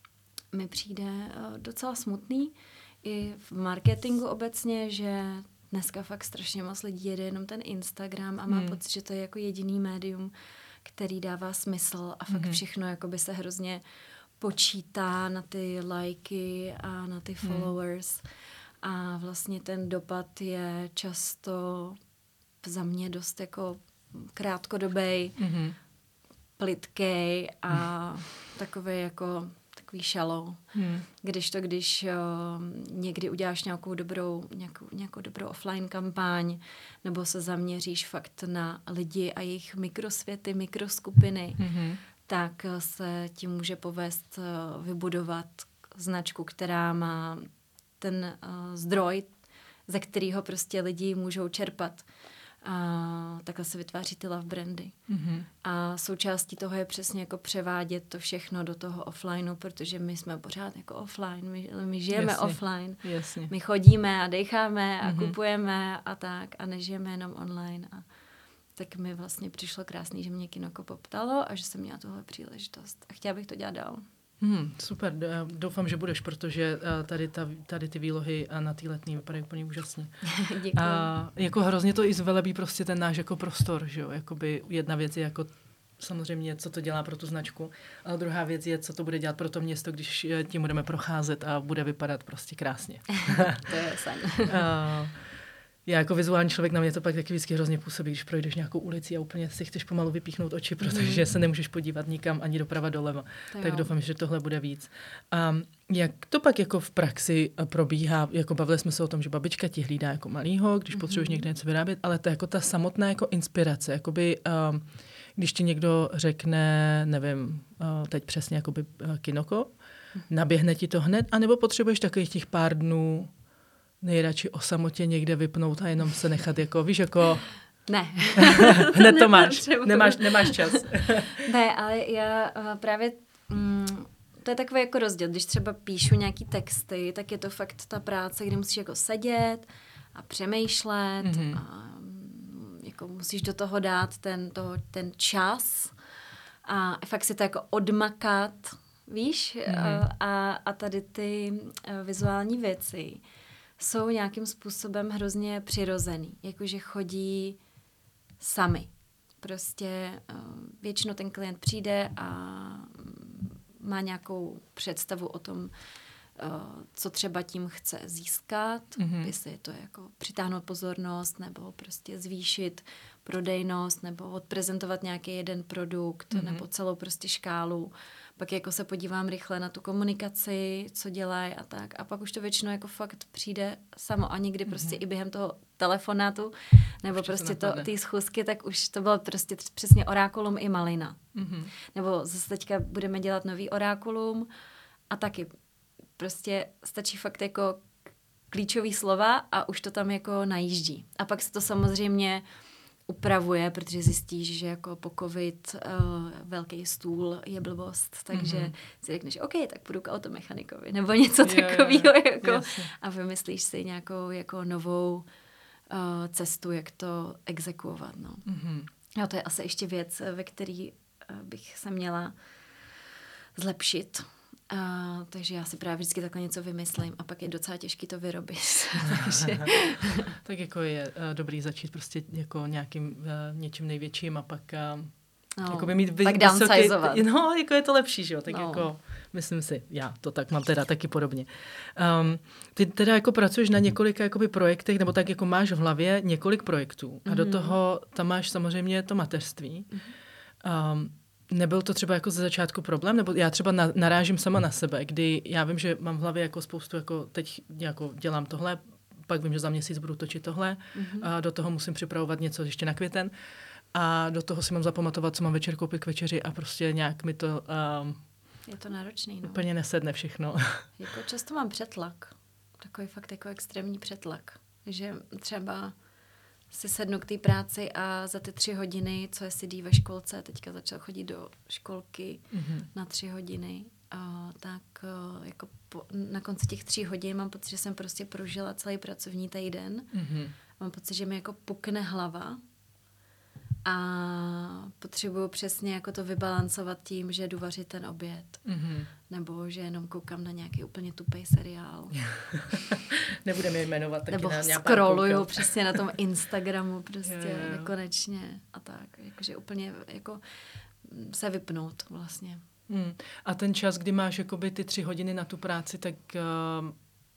S2: mi přijde uh, docela smutný i v marketingu obecně, že dneska fakt strašně moc lidí jede jenom ten Instagram a má hmm. pocit, že to je jako jediný médium, který dává smysl a fakt hmm. všechno jakoby se hrozně počítá na ty lajky a na ty followers. Hmm. A vlastně ten dopad je často za mě dost jako krátkodobej, mm-hmm. plytkej a mm. takovej jako takový shallow. Mm. Když to, když uh, někdy uděláš nějakou dobrou, nějakou, nějakou dobrou offline kampaň, nebo se zaměříš fakt na lidi a jejich mikrosvěty, mikroskupiny, mm-hmm. tak se ti může povést uh, vybudovat značku, která má ten uh, zdroj, ze kterého prostě lidi můžou čerpat. A takhle se vytváří ty love brandy. Mm-hmm. A součástí toho je přesně jako převádět to všechno do toho offlineu, protože my jsme pořád jako offline, my, my žijeme Jasně. offline. Jasně. My chodíme a decháme a mm-hmm. kupujeme a tak a nežijeme jenom online. A tak mi vlastně přišlo krásný, že mě Kinoko poptalo a že jsem měla tuhle příležitost. A chtěla bych to dělat dál.
S1: Hmm, super, doufám, že budeš, protože tady, ta, tady ty výlohy na té Letný vypadají úplně úžasně.
S2: Děkuji.
S1: A jako hrozně to i zvelebí prostě ten náš jako prostor, že jo, jakoby jedna věc je jako samozřejmě, co to dělá pro tu značku, a druhá věc je, co to bude dělat pro to město, když tím budeme procházet a bude vypadat prostě krásně.
S2: To je sen.
S1: Já jako vizuální člověk, na mě to pak taky vždycky hrozně působí, když projdeš nějakou ulici a úplně si chceš pomalu vypíchnout oči, protože se nemůžeš podívat nikam ani doprava doleva. To tak jo. Doufám, že tohle bude víc. A jak to pak jako v praxi probíhá? Jako bavili jsme se o tom, že babička ti hlídá jako malýho, když mm-hmm. potřebuješ někde něco vyrábět, ale to je jako ta samotná jako inspirace. Jakoby, um, když ti někdo řekne, nevím, uh, teď přesně jakoby uh, Kinoko, mm-hmm. naběhne ti to hned, anebo potřebuješ takových těch pár dnů nejradši o samotě někde vypnout a jenom se nechat jako, víš, jako...
S2: Ne.
S1: Hned to máš. Nemáš, nemáš čas.
S2: Ne, ale já uh, právě... Mm, to je takový jako rozdíl. Když třeba píšu nějaký texty, tak je to fakt ta práce, kde musíš jako sedět a přemýšlet mm-hmm. a jako musíš do toho dát ten, to, ten čas a fakt si to jako odmakat, víš? Mm-hmm. A, a tady ty vizuální věci jsou nějakým způsobem hrozně přirozený. Jakože chodí sami. Prostě většinou ten klient přijde a má nějakou představu o tom, co třeba tím chce získat, mm-hmm. jestli je to jako přitáhnout pozornost, nebo prostě zvýšit prodejnost, nebo odprezentovat nějaký jeden produkt, mm-hmm. nebo celou prostě škálu. Pak jako se podívám rychle na tu komunikaci, co dělají a tak. A pak už to většinou jako fakt přijde samo a někdy mm-hmm. prostě i během toho telefonátu, nebo Určitě prostě to, ty schůzky, tak už to bylo prostě tř- přesně orákulum i malina. Mm-hmm. Nebo zase teďka budeme dělat nový orákulum a taky prostě stačí fakt jako klíčový slova a už to tam jako najíždí. A pak se to samozřejmě upravuje, protože zjistíš, že jako po covid uh, velký stůl je blbost, takže mm-hmm. si řekneš, OK, tak půjdu k automechanikovi, nebo něco takového jako, a vymyslíš si nějakou jako novou uh, cestu, jak to exekuovat. No. Mm-hmm. A to je asi ještě věc, ve který uh, bych se měla zlepšit. Uh, takže já si právě vždycky takhle něco vymyslím a pak je docela těžký to vyrobit. takže...
S1: tak jako je uh, dobrý začít prostě jako nějakým uh, něčím největším a pak uh, no, jako by mít vy,
S2: pak downsizovat.
S1: No, jako je to lepší, že jo, tak
S2: no.
S1: jako myslím si, já to tak mám teda taky podobně. Um, ty teda jako pracuješ na několika jakoby projektech, nebo tak jako máš v hlavě několik projektů mm-hmm. a do toho tam máš samozřejmě to mateřství. Mm-hmm. Um, Nebyl to třeba jako ze začátku problém? Nebo já třeba na, narážím sama na sebe, kdy já vím, že mám v hlavě jako spoustu, jako teď jako dělám tohle, pak vím, že za měsíc budu točit tohle, mm-hmm. a do toho musím připravovat něco ještě na květen a do toho si mám zapamatovat, co mám večer koupit k večeři a prostě nějak mi to um,
S2: je to náročný, no.
S1: úplně nesedne všechno.
S2: Jako často mám přetlak. Takový fakt jako extrémní přetlak. Že třeba si sednu k té práci a za ty tři hodiny, co je C D ve školce, teďka začal chodit do školky mm-hmm. na tři hodiny, uh, tak uh, jako po, na konci těch tří hodin mám pocit, že jsem prostě prožila celý pracovní týden. Mm-hmm. Mám pocit, že mi jako pukne hlava a potřebuju přesně jako to vybalancovat tím, že jdu vařit ten oběd. Mm-hmm. Nebo že jenom koukám na nějaký úplně tupej seriál.
S1: Nebudeme jmenovat taky
S2: nebo
S1: na
S2: scrolluju přesně na tom Instagramu prostě jo, jo. nekonečně a tak. Jakože úplně jako se vypnout vlastně.
S1: Hmm. A ten čas, kdy máš jakoby ty tři hodiny na tu práci, tak uh,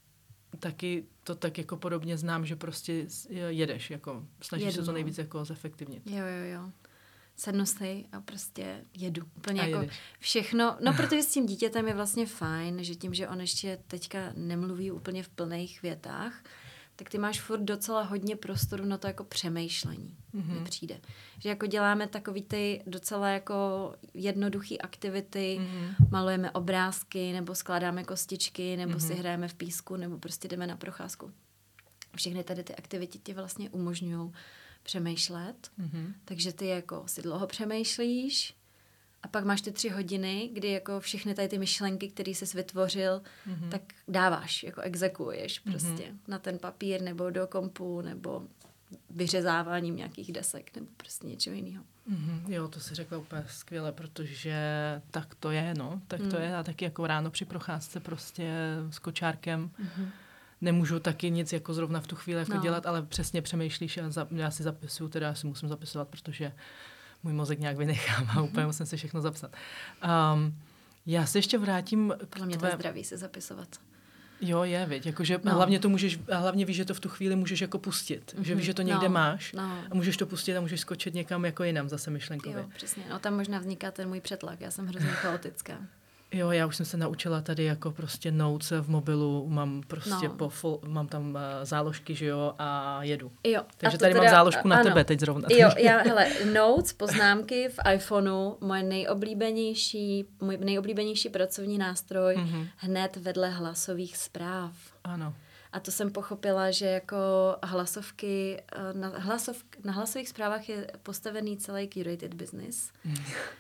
S1: taky to tak jako podobně znám, že prostě jedeš, jako snažíš
S2: jedu,
S1: se to
S2: no.
S1: nejvíc jako zefektivnit.
S2: Jo, jo, jo. Sednu si a prostě jedu. Úplně
S1: a
S2: jako
S1: jedeš.
S2: všechno. No, protože s tím dítětem je vlastně fajn, že tím, že on ještě teďka nemluví úplně v plných větách, tak ty máš furt docela hodně prostoru na to jako přemýšlení. Mm-hmm. Mi přijde. Že jako děláme takový ty docela jako jednoduchý aktivity, mm-hmm. malujeme obrázky, nebo skládáme kostičky, nebo mm-hmm. si hrajeme v písku, nebo prostě jdeme na procházku. Všechny tady ty aktivity ti vlastně umožňují přemýšlet, mm-hmm. takže ty jako si dlouho přemýšlíš a pak máš ty tři hodiny, kdy jako všechny tady ty myšlenky, které jsi vytvořil, mm-hmm. tak dáváš, jako exekuješ prostě mm-hmm. na ten papír nebo do kompu nebo vyřezáváním nějakých desek nebo prostě něčeho jiného.
S1: Mm-hmm. Jo, to si řekla úplně skvěle, protože tak to je, no, tak to mm. je a taky jako ráno při procházce prostě s kočárkem mm-hmm. nemůžu taky nic jako zrovna v tu chvíli jako no. dělat, ale přesně přemýšlíš a za, já si zapisuju, teda já si musím zapisovat, protože můj mozek nějak vynechám a úplně musím si všechno zapsat. Um, já se ještě vrátím...
S2: Podle mě tvé... to je zdraví se zapisovat.
S1: Jo, je, viď, jakože no. hlavně to můžeš, hlavně víš, že to v tu chvíli můžeš jako pustit, mm-hmm. že víš, že to někde
S2: no.
S1: máš
S2: no.
S1: a můžeš to pustit a můžeš skočit někam jako jinam zase myšlenkově.
S2: Jo, přesně, no tam možná vzniká ten můj přetlak, já jsem hrozně chaotická.
S1: Jo, já už jsem se naučila tady jako prostě notes v mobilu, mám prostě
S2: no.
S1: po fol, mám tam uh, záložky, že jo, a jedu.
S2: Jo.
S1: Takže
S2: a
S1: tady
S2: teda,
S1: mám záložku na
S2: ano.
S1: tebe teď zrovna.
S2: Jo, já, hele, notes, poznámky v iPhoneu, moje nejoblíbenější, můj nejoblíbenější pracovní nástroj, mm-hmm. hned vedle hlasových zpráv.
S1: Ano.
S2: A to jsem pochopila, že jako hlasovky, na, hlasov, na hlasových zprávách je postavený celý curated business, mm.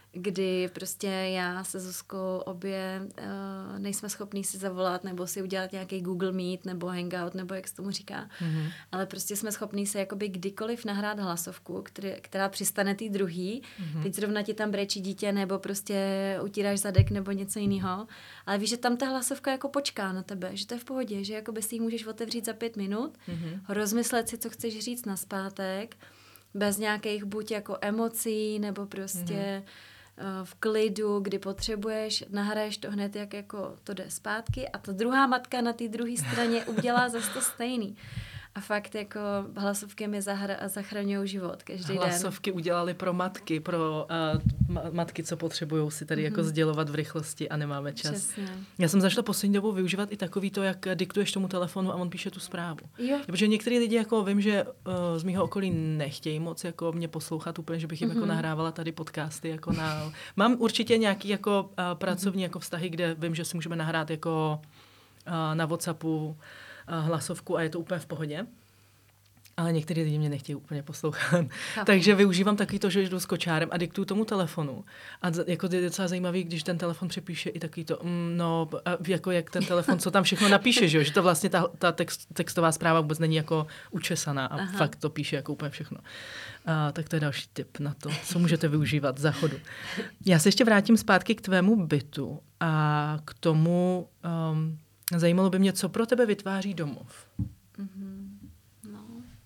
S2: kdy prostě já se Zuzkou obě uh, nejsme schopní si zavolat nebo si udělat nějaký Google Meet nebo Hangout, nebo jak se tomu říká, mm. ale prostě jsme schopní se jakoby kdykoliv nahrát hlasovku, který, která přistane tý druhý, mm. teď zrovna ti tam brečí dítě nebo prostě utíráš zadek nebo něco jiného, ale víš, že tam ta hlasovka jako počká na tebe, že to je v pohodě, že jakoby si ji můžeš otevřít za pět minut, mm-hmm. rozmyslet si, co chceš říct nazpátek bez nějakých buď jako emocí, nebo prostě mm-hmm. uh, v klidu, kdy potřebuješ, nahraješ to hned, jak jako to jde zpátky a ta druhá matka na té druhé straně udělá zase to stejný. A fakt jako hlasovky mi zahra- zachraňují život každý den.
S1: Hlasovky udělali pro matky, pro uh, matky, co potřebují si tady mm-hmm. jako sdělovat v rychlosti a nemáme čas.
S2: Přesně.
S1: Já jsem začala poslední dobou využívat i takový to, jak diktuješ tomu telefonu a on píše tu zprávu.
S2: Jo.
S1: Protože některý lidi, jako vím, že uh, z mýho okolí nechtějí moc jako mě poslouchat úplně, že bych jim mm-hmm. jako nahrávala tady podcasty. Jako na... Mám určitě nějaký jako uh, pracovní mm-hmm. jako vztahy, kde vím, že si můžeme nahrát jako uh, na WhatsAppu hlasovku a je to úplně v pohodě. Ale některý lidi mě nechtějí úplně poslouchat. Chápu. Takže využívám taky to, že jdu s kočárem a diktuju tomu telefonu. A jako je docela zajímavý, když ten telefon přepíše i takový to, mm, no, jako jak ten telefon, co tam všechno napíše, že, že to vlastně ta, ta text, textová zpráva vůbec není jako učesaná a Aha. fakt to píše jako úplně všechno. A, tak to je další tip na to, co můžete využívat za chodu. Já se ještě vrátím zpátky k tvému bytu a k tomu, um, zajímalo by mě, co pro tebe vytváří domov.
S2: Mm-hmm. No.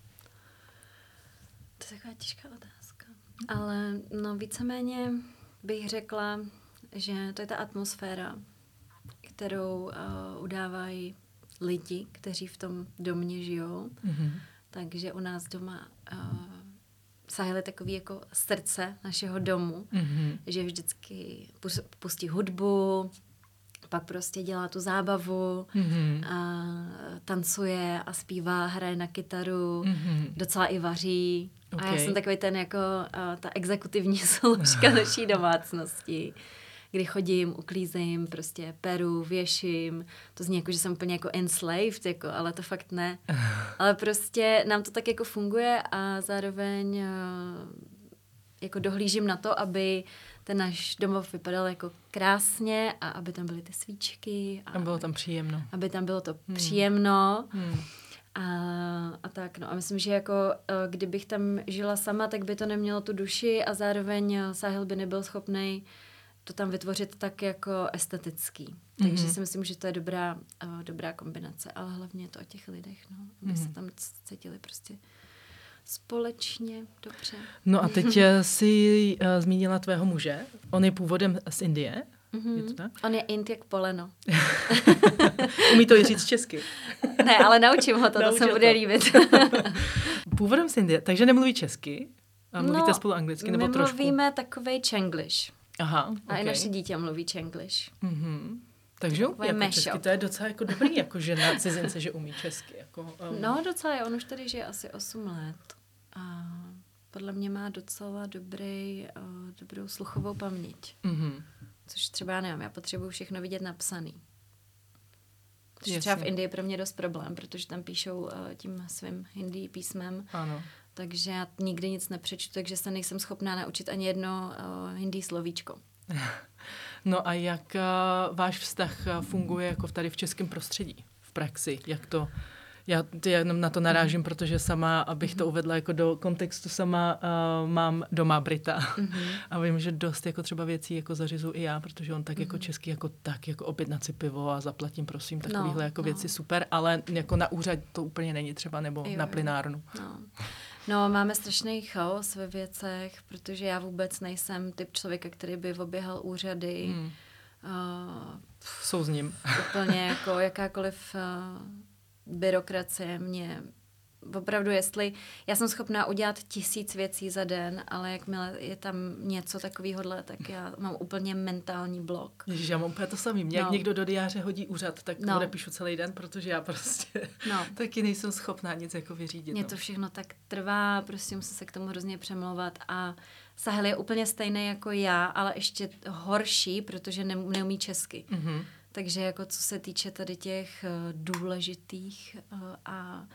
S2: To je taková těžká otázka. Ale no víceméně bych řekla, že to je ta atmosféra, kterou uh, udávají lidi, kteří v tom domě žijou. Mm-hmm. Takže u nás doma uh, Sahil je takový jako srdce našeho domu, mm-hmm. že vždycky pustí hudbu, pak prostě dělá tu zábavu, mm-hmm. a tancuje a zpívá, hraje na kytaru, mm-hmm. docela i vaří. Okay. A já jsem takový ten jako uh, ta exekutivní složka naší domácnosti, kdy chodím, uklízím, prostě peru, věším. To zní jako, že jsem úplně jako enslaved, jako, ale to fakt ne. Ale prostě nám to tak jako funguje a zároveň uh, jako dohlížím na to, aby ten náš domov vypadal jako krásně a aby tam byly ty svíčky. A
S1: aby bylo tam příjemno.
S2: Aby tam bylo to hmm. příjemno.
S1: Hmm.
S2: A, a tak, no. A myslím, že jako kdybych tam žila sama, tak by to nemělo tu duši a zároveň Sahil by nebyl schopnej to tam vytvořit tak jako estetický. Takže mm-hmm. si myslím, že to je dobrá, uh, dobrá kombinace, ale hlavně je to o těch lidech, no. Aby mm-hmm. se tam cítili prostě společně, dobře.
S1: No a teď jsi uh, zmínila tvého muže. On je původem z Indie.
S2: Mm-hmm.
S1: Je to tak?
S2: On je Ind jak poleno.
S1: Umí to i říct česky.
S2: Ne, ale naučím ho to, to se bude líbit.
S1: Původem z Indie, takže nemluví česky? A mluvíte
S2: no,
S1: spolu anglicky nebo
S2: my
S1: trošku?
S2: My mluvíme takovej Čenglish.
S1: Aha,
S2: a okay. I naše dítě mluví Čenglish.
S1: Mm-hmm. Takže jako česky, to je docela jako dobrý, jako žena cizince, že umí česky. Jako, um...
S2: No docela je, on už tady žije asi osm let. A podle mě má docela dobrý, uh, dobrou sluchovou paměť. Mm-hmm. Což třeba já nevím, já potřebuji všechno vidět napsaný. Což třeba v Indii je pro mě dost problém, protože tam píšou uh, tím svým hindi písmem.
S1: Ano.
S2: Takže já nikdy nic nepřečtu, takže se nejsem schopná naučit ani jedno uh, hindi slovíčko.
S1: No a jak uh, váš vztah funguje jako tady v českém prostředí, v praxi? Jak to... Já jenom na to narážím, mm. protože sama, abych to uvedla jako do kontextu, sama uh, mám doma Brita. Mm-hmm. A vím, že dost jako třeba věcí jako zařizu i já, protože on tak mm-hmm. jako český, jako tak, jako objednat si pivo a zaplatím, prosím, takovýhle no, jako no. věci super, ale jako na úřad to úplně není třeba, nebo jo, na plynárnu.
S2: No. no, máme strašný chaos ve věcech, protože já vůbec nejsem typ člověka, který by oběhal úřady. Mm. Uh,
S1: Jsou s ním.
S2: Úplně jako jakákoliv... Uh, byrokracie mě opravdu, jestli já jsem schopná udělat tisíc věcí za den, ale jakmile je tam něco takovýhodle, tak já mám úplně mentální blok.
S1: Ježiš, já mám úplně to samý. Mě no. jak někdo do diáře hodí úřad, tak
S2: no.
S1: odepíšu celý den, protože já prostě no. taky nejsem schopná nic jako vyřídit.
S2: Mně to všechno tak trvá, prostě musím se k tomu hrozně přemlouvat a Sahil je úplně stejný jako já, ale ještě horší, protože ne, neumí česky. Mm-hmm. Takže jako co se týče tady těch uh, důležitých uh, a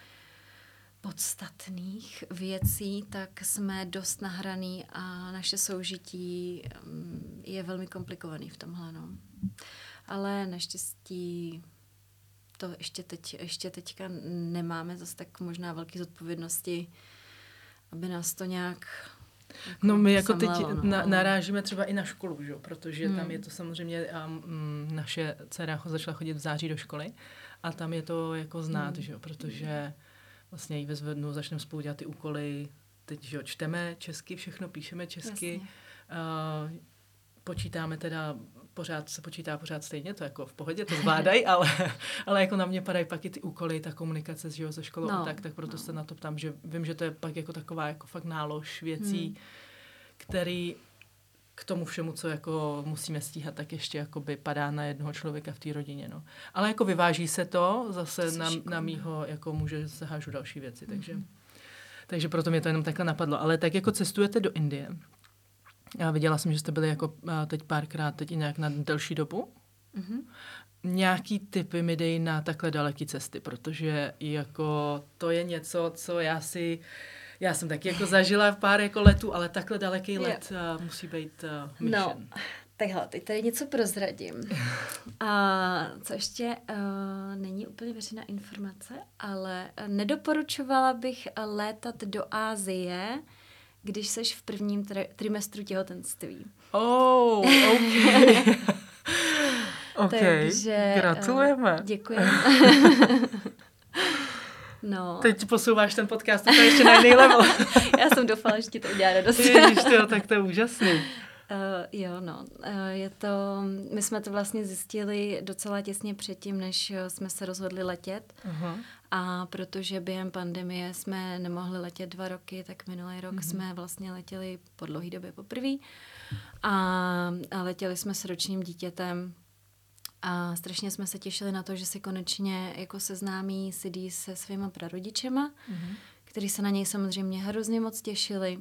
S2: podstatných věcí, tak jsme dost nahraný a naše soužití um, je velmi komplikovaný v tomhle. No. Ale naštěstí to ještě, teď, ještě teďka nemáme zase tak možná velké zodpovědnosti, aby nás to nějak... Jako
S1: no my jako
S2: samlelo,
S1: teď
S2: no.
S1: na, narážíme třeba i na školu, že? Protože
S2: hmm.
S1: tam je to samozřejmě, um, naše dcera začala chodit v září do školy a tam je to jako znát, hmm. že? Protože vlastně ji vezvednu, začneme spolu dělat ty úkoly, teď že jo, čteme česky, všechno píšeme česky, uh, počítáme teda, pořád se počítá pořád stejně, to jako v pohodě, to zvládají, ale, ale jako na mě padají pak i ty úkoly, ta komunikace že jo, se školou no, a tak, tak proto no. se na to ptám, že vím, že to je pak jako taková jako fakt nálož věcí, hmm. který k tomu všemu, co jako musíme stíhat, tak ještě jakoby padá na jednoho člověka v té rodině, no. Ale jako vyváží se to, zase to na, na mýho, jako může se hážu další věci, takže, mm-hmm. takže proto mě to jenom takhle napadlo. Ale tak jako cestujete do Indie, já viděla jsem, že jste byli jako teď párkrát, teď i nějak na delší dobu. Mm-hmm. Nějaký tipy mi dej na takhle daleký cesty, protože jako to je něco, co já si Já jsem taky jako zažila pár jako letů, ale takhle daleký let uh, musí být uh, mission.
S2: No, takhle, teď tady něco prozradím. A co ještě uh, není úplně veřejná informace, ale nedoporučovala bych létat do Asie, když seš v prvním tri- trimestru těhotenství.
S1: Oh, ok. Ok,
S2: takže,
S1: gratulujeme.
S2: Uh, děkujeme. No.
S1: Teď posouváš ten podcast, to je ještě na jiný level.
S2: Já jsem doufala, že ti to udělá radost.
S1: Ježiš, to, tak to je úžasný. Uh,
S2: jo, no. Uh, je to, my jsme to vlastně zjistili docela těsně předtím, než jsme se rozhodli letět. Uh-huh. A protože během pandemie jsme nemohli letět dva roky, tak minulý rok uh-huh. jsme vlastně letěli po dlouhý době poprvé. A, a letěli jsme s ročním dítětem. A strašně jsme se těšili na to, že si konečně jako seznámí Sidi se svýma prarodičema, mm-hmm. kteří se na něj samozřejmě hrozně moc těšili.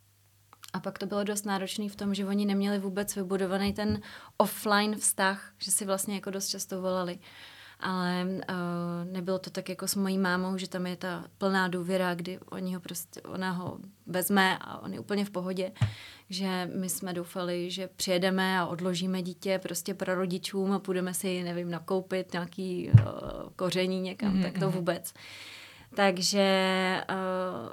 S2: A pak to bylo dost náročné v tom, že oni neměli vůbec vybudovaný ten offline vztah, že si vlastně jako dost často volali. Ale uh, nebylo to tak jako s mojí mámou, že tam je ta plná důvěra, kdy oni ho prostě, ona ho vezme a on je úplně v pohodě. Že my jsme doufali, že přijedeme a odložíme dítě prostě pro rodičům a půjdeme si, nevím, nakoupit nějaký uh, koření někam, mm-hmm. tak to vůbec. Takže uh,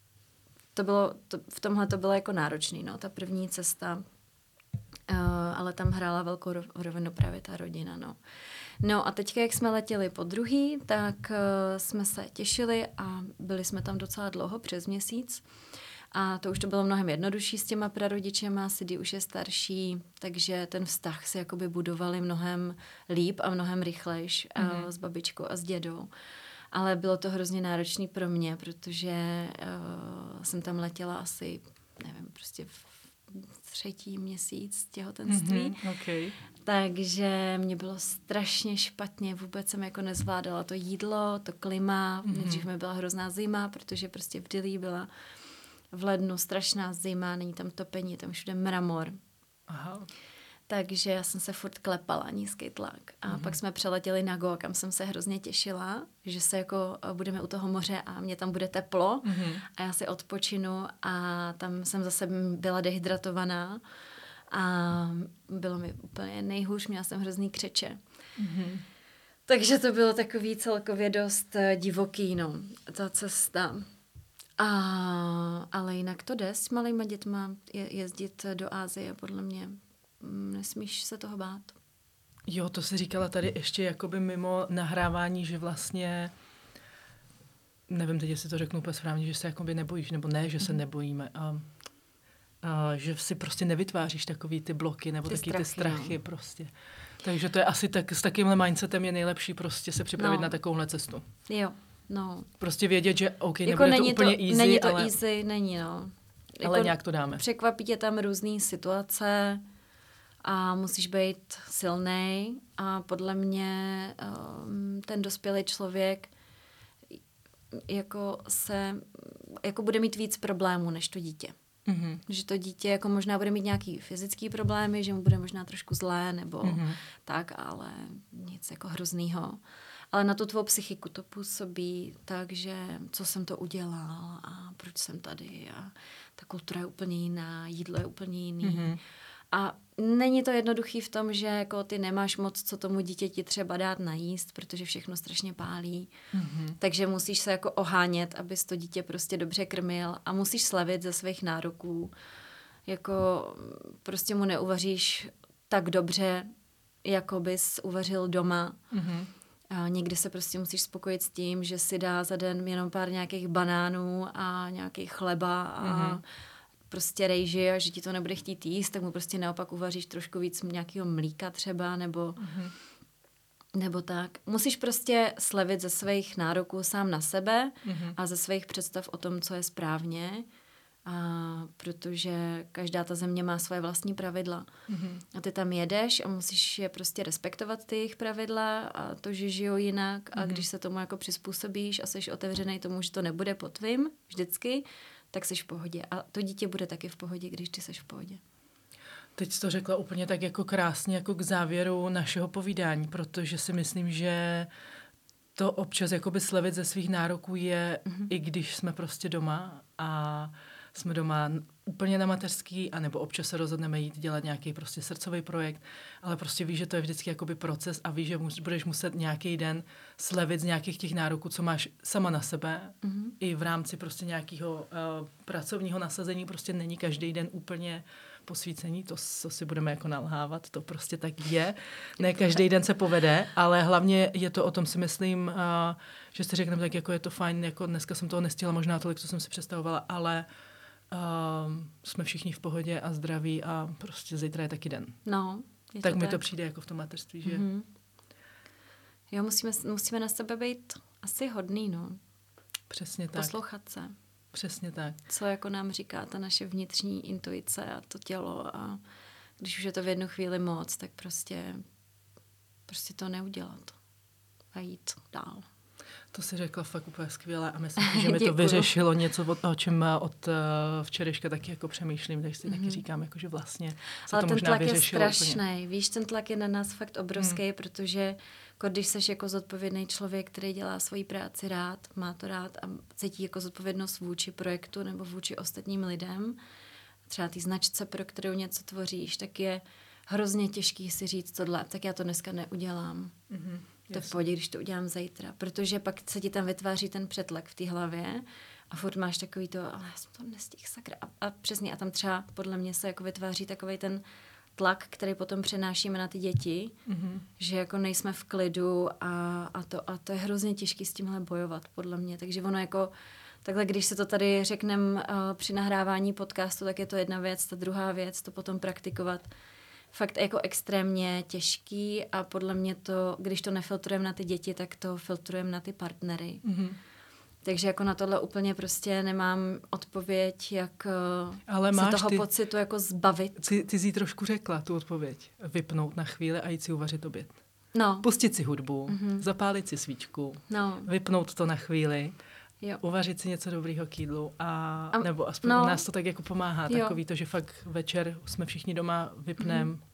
S2: to bylo, to, v tomhle to bylo jako náročný, no, ta první cesta. Uh, ale tam hrála velkou rovinu právě ta rodina, no. No a teďka, jak jsme letěli po druhý, tak uh, jsme se těšili a byli jsme tam docela dlouho, přes měsíc. A to už to bylo mnohem jednodušší s těma prarodičema, Sidi už je starší, takže ten vztah si jakoby budovali mnohem líp a mnohem rychlejš mm-hmm. uh, s babičkou a s dědou. Ale bylo to hrozně náročný pro mě, protože uh, jsem tam letěla asi, nevím, prostě v třetí měsíc těhotenství.
S1: Mm-hmm, okay.
S2: Takže mě bylo strašně špatně, vůbec jsem jako nezvládala to jídlo, to klima, mm-hmm. nejdřív mi byla hrozná zima, protože prostě v Dillí byla v lednu strašná zima, není tam topení, je tam všude mramor.
S1: Aha.
S2: Takže já jsem se furt klepala, nízký tlak. A mm-hmm. pak jsme přeletěli na Goa, kam jsem se hrozně těšila, že se jako budeme u toho moře a mě tam bude teplo mm-hmm. a já si odpočinu a tam jsem zase byla dehydratovaná a bylo mi úplně nejhůř, měla jsem hrozný křeče. Mm-hmm. Takže to bylo takový celkově dost divoký, no, ta cesta. A, ale jinak to jde s malýma dětma je, jezdit do Asie, podle mě. Nesmíš se toho bát.
S1: Jo, to jsi říkala tady ještě jakoby mimo nahrávání, že vlastně, nevím teď, jestli to řeknu úplně správně, že se jakoby nebojíš, nebo ne, že se mm. nebojíme. A, a že si prostě nevytváříš takový ty bloky, nebo ty taky strachy, ty strachy no. prostě. Takže to je asi tak, s takýmhle mindsetem je nejlepší prostě se připravit no. na takovouhle cestu.
S2: Jo, no.
S1: Prostě vědět, že OK,
S2: jako
S1: nebude to úplně
S2: to,
S1: easy,
S2: není to
S1: ale...
S2: easy, není, no. Jako
S1: ale nějak to dáme.
S2: Překvapí tě tam různý situace a musíš být silnej a podle mě um, ten dospělý člověk jako se, jako bude mít víc problémů než to dítě. Mm-hmm. Že to dítě jako možná bude mít nějaký fyzický problémy, že mu bude možná trošku zlé nebo mm-hmm. tak, ale nic jako hroznýho. Ale na tu tvou psychiku to působí tak, že co jsem to udělal a proč jsem tady a ta kultura je úplně jiná, jídlo je úplně jiný. Mm-hmm. A není to jednoduchý v tom, že jako ty nemáš moc, co tomu dítěti třeba dát najíst, protože všechno strašně pálí. Mm-hmm. Takže musíš se jako ohánět, abys to dítě prostě dobře krmil a musíš slevit ze svých nároků. Jako prostě mu neuvaříš tak dobře, jako bys uvařil doma. Mm-hmm. A někdy se prostě musíš spokojit s tím, že si dá za den jenom pár nějakých banánů a nějakých chleba a mm-hmm. prostě rejži a že ti to nebude chtít jíst, tak mu prostě naopak uvaříš trošku víc nějakého mlíka třeba nebo, mm-hmm. nebo tak. Musíš prostě slevit ze svých nároků sám na sebe mm-hmm. a ze svých představ o tom, co je správně. A protože každá ta země má svoje vlastní pravidla. Mm-hmm. A ty tam jedeš a musíš je prostě respektovat, ty jejich pravidla a to, že žijou jinak mm-hmm. a když se tomu jako přizpůsobíš a jsi otevřený tomu, že to nebude po tvým vždycky, tak jsi v pohodě. A to dítě bude taky v pohodě, když ty jsi v pohodě.
S1: Teď jsi to řekla úplně tak jako krásně jako k závěru našeho povídání, protože si myslím, že to občas jakoby slevit ze svých nároků je, mm-hmm. i když jsme prostě doma a jsme doma úplně na mateřský, anebo občas se rozhodneme jít dělat nějaký prostě srdcový projekt, ale prostě víš, že to je vždycky jakoby proces a víš, že mus, budeš muset nějaký den slevit z nějakých těch nároků, co máš sama na sebe, mm-hmm. i v rámci prostě nějakého uh, pracovního nasazení, prostě není každý den úplně posvícení, to, co si budeme jako nalhávat, to prostě tak je. Ne každý den se povede, ale hlavně je to o tom, si myslím, uh, že si řekneme tak, jako je to fajn, jako dneska jsem toho nestihla možná tolik, co jsem si představovala, ale Uh, jsme všichni v pohodě a zdraví a prostě zítra je taky den.
S2: No, je
S1: tak
S2: to
S1: mi
S2: tak.
S1: to přijde jako v tom mateřství, že?
S2: Mm-hmm. Jo, musíme, musíme na sebe být asi hodný, no.
S1: Přesně tak.
S2: Poslouchat se.
S1: Přesně tak.
S2: Co jako nám říká ta naše vnitřní intuice a to tělo a když už je to v jednu chvíli moc, tak prostě prostě to neudělat a jít dál.
S1: To si řekla fakt úplně skvěle a myslím, že mi to vyřešilo něco, o čem od uh, včerejška taky jako přemýšlím, takže si mm-hmm. taky říkám, jako, že vlastně se
S2: ale
S1: to
S2: ten
S1: možná
S2: tlak
S1: vyřešilo
S2: je strašný. Víš, ten tlak je na nás fakt obrovský, mm. protože jako když seš jako zodpovědný člověk, který dělá svoji práci rád, má to rád a cítí jako zodpovědnost vůči projektu nebo vůči ostatním lidem, třeba té značce, pro kterou něco tvoříš, tak je hrozně těžký si říct tohle, tak já to dneska neudělám. Mm-hmm. To je v pohodě, když to udělám zítra. Protože pak se ti tam vytváří ten přetlak v té hlavě a furt máš takový to, ale já jsem to nestihl, sakra. A, a přesně, a tam třeba podle mě se jako vytváří takovej ten tlak, který potom přenášíme na ty děti, mm-hmm. že jako nejsme v klidu a, a, to, a to je hrozně těžký s tímhle bojovat, podle mě. Takže ono jako, takhle, když se to tady řekneme uh, při nahrávání podcastu, tak je to jedna věc, ta druhá věc, to potom praktikovat fakt jako extrémně těžký a podle mě to, když to nefiltrujeme na ty děti, tak to filtrujeme na ty partnery. Mm-hmm. Takže jako na tohle úplně prostě nemám odpověď, jak ale se toho ty, pocitu jako zbavit.
S1: Ty, ty jsi trošku řekla tu odpověď. Vypnout na chvíli a jít si uvařit oběd.
S2: No.
S1: Pustit si hudbu, mm-hmm. zapálit si svíčku, no. vypnout to na chvíli, jo. uvařit si něco dobrýho k jídlu a, a nebo aspoň no. u nás to tak jako pomáhá. Jo. Takový to, že fakt večer jsme všichni doma, vypneme. Mm-hmm.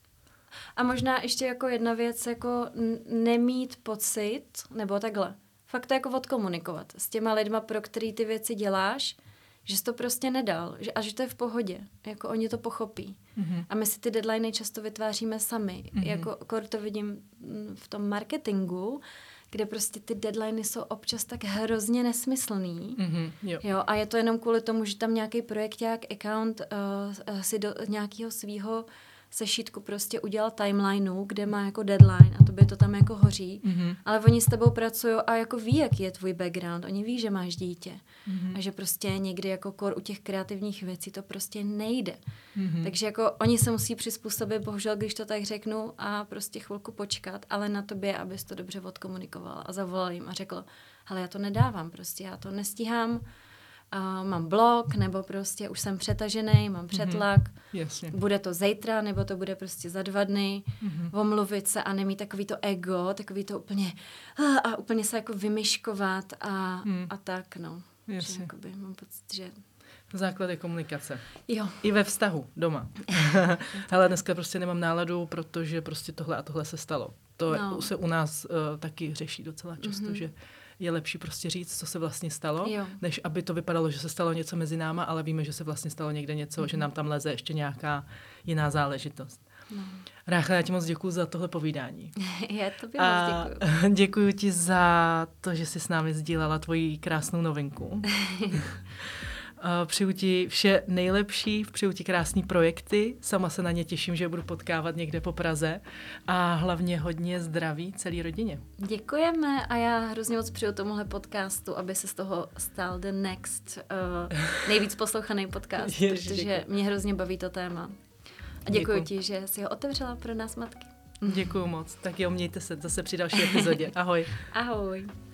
S2: A možná ještě jako jedna věc, jako nemít pocit, nebo takhle, fakt to jako odkomunikovat s těma lidma, pro který ty věci děláš, že jsi to prostě nedal že, a že to je v pohodě. Jako oni to pochopí. Mm-hmm. A my si ty deadliny často vytváříme sami. Mm-hmm. Jako to vidím v tom marketingu, kde prostě ty deadliny jsou občas tak hrozně nesmyslný. Mm-hmm, jo. Jo, a je to jenom kvůli tomu, že tam nějaký projekták, account uh, si do nějakého svýho sešítku prostě udělal timelineu, kde má jako deadline a to by to tam jako hoří. Mm-hmm. Ale oni s tebou pracují a jako ví, jaký je tvůj background. Oni ví, že máš dítě. Mm-hmm. A že prostě někdy jako kor u těch kreativních věcí to prostě nejde. Mm-hmm. Takže jako oni se musí přizpůsobit, bohužel, když to tak řeknu, a prostě chvilku počkat, ale na tobě, abys to dobře odkomunikoval a zavolal jim a řekl, hele, já to nedávám prostě, já to nestíhám, Uh, mám blok, nebo prostě už jsem přetažený, mám přetlak,
S1: mm-hmm.
S2: bude to zítra, nebo to bude prostě za dva dny, mm-hmm. omluvit se a nemít takový to ego, takový to úplně uh, a úplně se jako vymyškovat a, mm. a tak, no. Že, jakoby, mám pocit, že...
S1: Základ je komunikace.
S2: Jo.
S1: I ve vztahu, doma. Ale dneska prostě nemám náladu, protože prostě tohle a tohle se stalo. To no. se u nás uh, taky řeší docela často, mm-hmm. že je lepší prostě říct, co se vlastně stalo, jo. než aby to vypadalo, že se stalo něco mezi náma, ale víme, že se vlastně stalo někde něco, mm-hmm. že nám tam leze ještě nějaká jiná záležitost. No. Rácha, já ti moc děkuju za tohle povídání.
S2: Já tobě moc děkuju.
S1: Děkuju ti za to, že jsi s námi sdílela tvoji krásnou novinku. Přeju ti vše nejlepší, přeju ti krásný projekty, sama se na ně těším, že budu potkávat někde po Praze a hlavně hodně zdraví celé rodině.
S2: Děkujeme a já hrozně moc přeju tomuhle podcastu, aby se z toho stal the next uh, nejvíc poslouchaný podcast, Ježiš, protože děkuji. Mě hrozně baví to téma. A děkuji děkuji. ti, že jsi ho otevřela pro nás matky.
S1: Děkuji moc. Tak jo, mějte se zase při další epizodě. Ahoj.
S2: Ahoj.